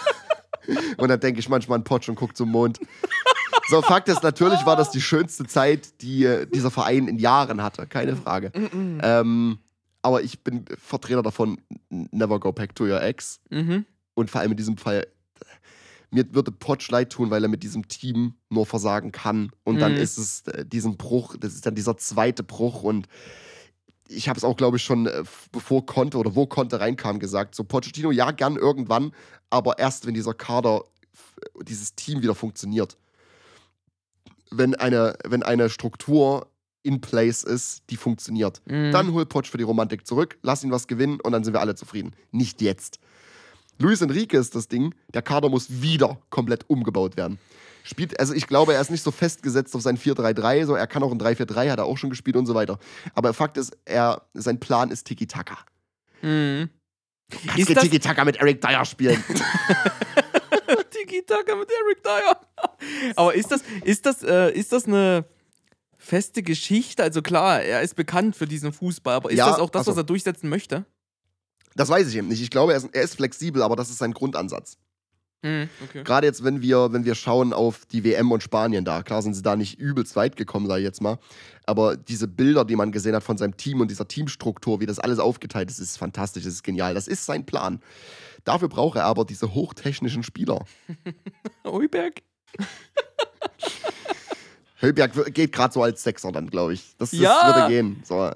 Und dann denke ich manchmal an Poch und gucke zum Mond. So, Fakt ist, natürlich war das die schönste Zeit, die dieser Verein in Jahren hatte, keine Frage. Aber ich bin Vertreter davon, never go back to your ex. Mhm. Und vor allem in diesem Fall, mir würde Poch leid tun, weil er mit diesem Team nur versagen kann. Und dann ist es diesen Bruch, das ist dann dieser zweite Bruch. Und ich habe es auch, glaube ich, schon bevor Conte oder wo Conte reinkam, gesagt, so Pochettino, ja, gern irgendwann, aber erst, wenn dieser Kader, dieses Team wieder funktioniert. Wenn eine Struktur in place ist, die funktioniert. Dann hol Poch für die Romantik zurück, lass ihn was gewinnen und dann sind wir alle zufrieden. Nicht jetzt. Luis Enrique ist das Ding, der Kader muss wieder komplett umgebaut werden. Also ich glaube, er ist nicht so festgesetzt auf sein 4-3-3, so er kann auch ein 3-4-3, hat er auch schon gespielt und so weiter. Aber Fakt ist, sein Plan ist Tiki-Taka. Mhm. Du kannst Tiki-Taka mit Eric Dyer spielen. Tiki-Taka mit Eric Dyer. Aber ist das eine feste Geschichte? Also klar, er ist bekannt für diesen Fußball, aber ist das auch das, was er durchsetzen möchte? Das weiß ich eben nicht. Ich glaube, er ist flexibel, aber das ist sein Grundansatz. Okay. Gerade jetzt, wenn wir schauen auf die WM und Spanien da, klar sind sie da nicht übelst weit gekommen, sag ich jetzt mal, aber diese Bilder, die man gesehen hat von seinem Team und dieser Teamstruktur, wie das alles aufgeteilt ist, ist fantastisch, das ist genial, das ist sein Plan. Dafür braucht er aber diese hochtechnischen Spieler. Heuberg? Heuberg geht gerade so als Sechser dann, glaube ich. Das würde gehen. So.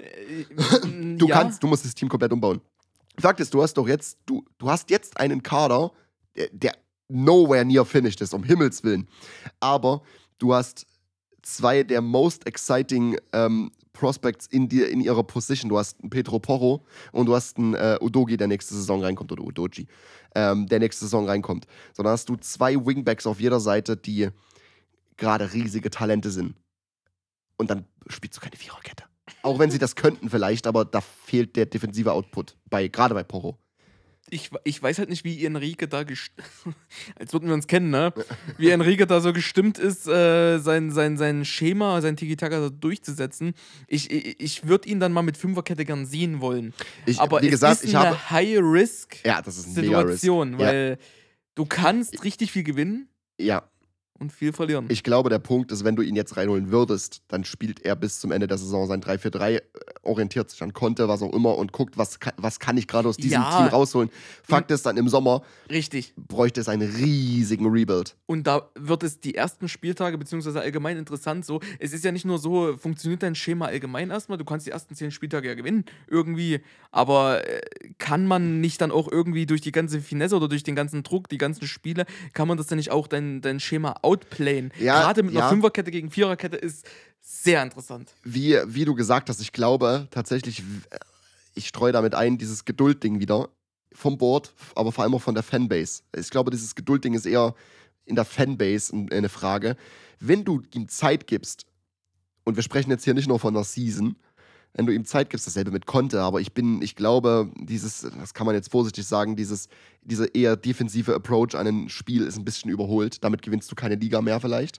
Du musst das Team komplett umbauen. Fakt ist, du hast jetzt einen Kader, der nowhere near finished ist, um Himmels Willen. Aber du hast zwei der most exciting Prospects in ihrer Position. Du hast einen Pedro Porro und du hast einen Udogi, der nächste Saison reinkommt, oder Udogi, der nächste Saison reinkommt. So, dann hast du zwei Wingbacks auf jeder Seite, die gerade riesige Talente sind. Und dann spielst du keine Viererkette. Auch wenn sie das könnten vielleicht, aber da fehlt der defensive Output, gerade bei Porro. Ich weiß halt nicht, wie Enrique da als würden wir uns kennen, ne? Wie Enrique da so gestimmt ist, sein Schema, sein Tiki-Taka durchzusetzen. Ich würde ihn dann mal mit Fünferkette gern sehen wollen. Aber es ist eine High-Risk-Situation, weil du kannst richtig viel gewinnen. Ja. Und viel verlieren. Ich glaube, der Punkt ist, wenn du ihn jetzt reinholen würdest, dann spielt er bis zum Ende der Saison sein 3-4-3, orientiert sich an Conte, was auch immer und guckt, was kann ich gerade aus diesem Team rausholen. Fakt ist, dann im Sommer bräuchte es einen riesigen Rebuild. Und da wird es die ersten Spieltage, beziehungsweise allgemein interessant so, es ist ja nicht nur so, funktioniert dein Schema allgemein erstmal, du kannst die ersten 10 Spieltage ja gewinnen, irgendwie, aber kann man nicht dann auch irgendwie durch die ganze Finesse oder durch den ganzen Druck, die ganzen Spiele, kann man das dann nicht auch dein Schema outplayen? Gerade mit einer Fünferkette gegen Viererkette ist sehr interessant. Wie du gesagt hast, ich glaube tatsächlich, ich streue damit ein, dieses Geduld-Ding wieder vom Board, aber vor allem auch von der Fanbase. Ich glaube, dieses Geduld-Ding ist eher in der Fanbase eine Frage. Wenn du ihm Zeit gibst, und wir sprechen jetzt hier nicht nur von einer Season, wenn du ihm Zeit gibst, dasselbe mit Conte, aber ich glaube, das kann man jetzt vorsichtig sagen, diese eher defensive Approach an ein Spiel ist ein bisschen überholt. Damit gewinnst du keine Liga mehr vielleicht.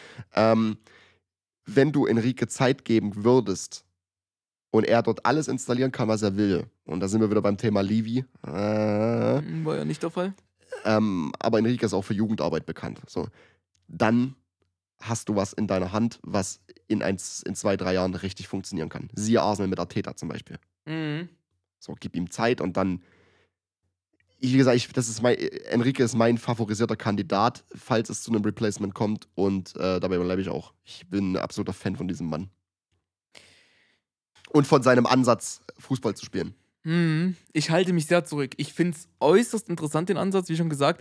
Wenn du Enrique Zeit geben würdest und er dort alles installieren kann, was er will, und da sind wir wieder beim Thema Levy. War ja nicht der Fall. Aber Enrique ist auch für Jugendarbeit bekannt. So, dann hast du was in deiner Hand, was in 2-3 Jahren richtig funktionieren kann. Siehe Arsenal mit Arteta zum Beispiel. So, gib ihm Zeit und dann, wie gesagt, Enrique ist mein favorisierter Kandidat, falls es zu einem Replacement kommt und dabei bleibe ich auch. Ich bin ein absoluter Fan von diesem Mann. Und von seinem Ansatz, Fußball zu spielen. Ich halte mich sehr zurück. Ich finde es äußerst interessant, den Ansatz, wie schon gesagt.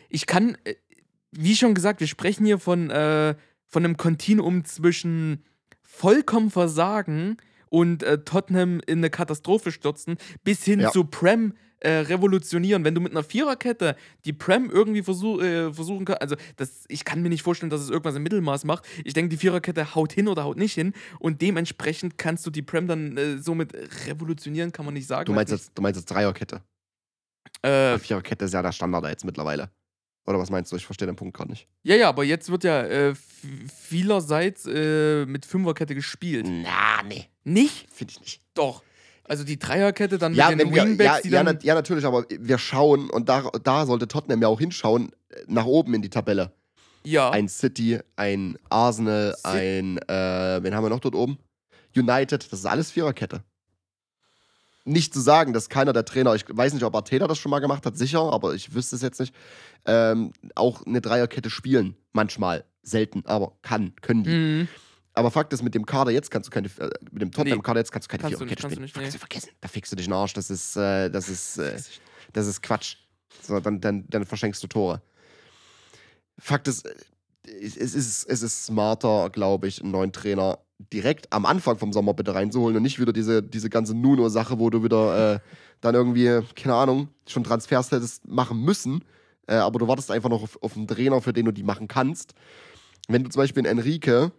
Wie schon gesagt, wir sprechen hier von einem Kontinuum zwischen vollkommen versagen und Tottenham in eine Katastrophe stürzen, bis hin zu Prem revolutionieren. Wenn du mit einer Viererkette die Prem irgendwie versuchen kannst, also ich kann mir nicht vorstellen, dass es irgendwas im Mittelmaß macht. Ich denke, die Viererkette haut hin oder haut nicht hin und dementsprechend kannst du die Prem dann somit revolutionieren, kann man nicht sagen. Du meinst jetzt Dreierkette? Viererkette ist ja der Standard jetzt mittlerweile. Oder was meinst du? Ich verstehe den Punkt gerade nicht. Ja, aber jetzt wird ja vielerseits mit Fünferkette gespielt. Na, nee. Nicht? Finde ich nicht. Doch. Also die Dreierkette dann Ja, mit den Wingbacks, die dann... Ja, natürlich, aber wir schauen, und da sollte Tottenham ja auch hinschauen, nach oben in die Tabelle. Ja. Ein City, ein Arsenal, wen haben wir noch dort oben? United, das ist alles Viererkette. Nicht zu sagen, dass keiner der Trainer, ich weiß nicht, ob Arteta das schon mal gemacht hat, sicher, aber ich wüsste es jetzt nicht, auch eine Dreierkette spielen. Manchmal, selten, aber können die. Mhm. Aber Fakt ist, mit dem Kader jetzt kannst du keine, mit dem Tottenham-Kader jetzt kannst du keine Viererkette spielen. Kannst du vergessen. Da fickst du dich in den Arsch, das ist Quatsch. So, dann verschenkst du Tore. Fakt ist, es ist smarter, glaube ich, einen neuen Trainer direkt am Anfang vom Sommer bitte reinzuholen und nicht wieder diese ganze Nuno-Sache, wo du wieder dann irgendwie, keine Ahnung, schon Transfers hättest machen müssen, aber du wartest einfach noch auf einen Trainer, für den du die machen kannst. Wenn du zum Beispiel einen Enrique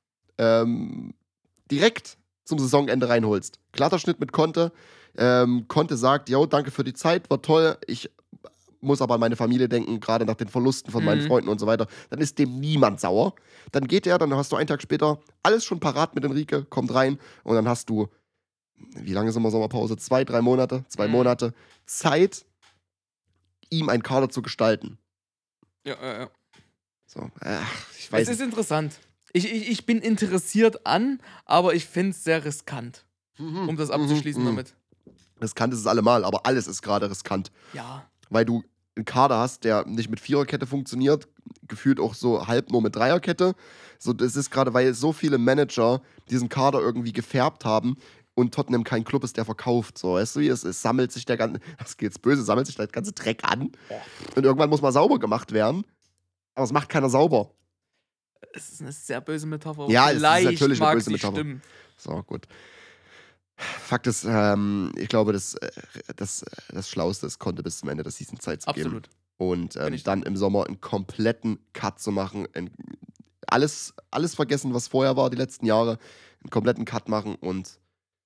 direkt zum Saisonende reinholst, glatter Schnitt mit Conte, Conte sagt, yo, danke für die Zeit, war toll, ich muss aber an meine Familie denken, gerade nach den Verlusten von meinen Freunden und so weiter, dann ist dem niemand sauer. Dann geht er, dann hast du einen Tag später alles schon parat mit Enrique, kommt rein und dann hast du, wie lange ist immer Sommerpause? 2 Monate Zeit, ihm einen Kader zu gestalten. Ja. So, ich weiß Es ist interessant. Ich bin interessiert an, aber ich finde es sehr riskant, um das abzuschließen damit. Riskant ist es allemal, aber alles ist gerade riskant. Ja. Weil du einen Kader hast, der nicht mit Viererkette funktioniert, gefühlt auch so halb nur mit Dreierkette. So, das ist gerade, weil so viele Manager diesen Kader irgendwie gefärbt haben und Tottenham kein Club ist, der verkauft. So, weißt du, es sammelt sich der ganze, das geht's böse, sammelt sich der ganze Dreck an. Und irgendwann muss mal sauber gemacht werden. Aber es macht keiner sauber. Es ist eine sehr böse Metapher. Ja, es ist natürlich eine mag böse sie Metapher. stimmen. So, gut. Fakt ist, ich glaube, das Schlauste ist, Conte bis zum Ende der Season Zeit zu geben. Absolut. Und dann im Sommer einen kompletten Cut zu machen. Alles vergessen, was vorher war, die letzten Jahre. Einen kompletten Cut machen und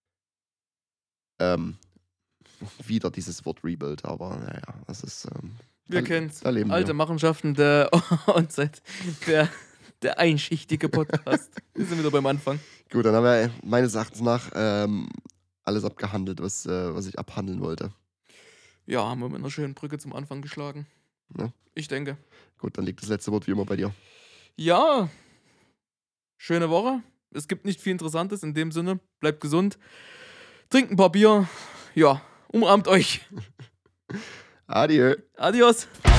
wieder dieses Wort Rebuild. Aber naja, das ist. Wir kennen es. Alte wir. Machenschaften der Onside, der einschichtige Podcast. Wir sind wieder beim Anfang. Gut, dann haben wir meines Erachtens nach alles abgehandelt, was ich abhandeln wollte. Ja, haben wir mit einer schönen Brücke zum Anfang geschlagen. Ja. Ich denke. Gut, dann liegt das letzte Wort wie immer bei dir. Ja, schöne Woche. Es gibt nicht viel Interessantes in dem Sinne. Bleibt gesund. Trinkt ein paar Bier. Ja, umarmt euch. Adieu. Adios.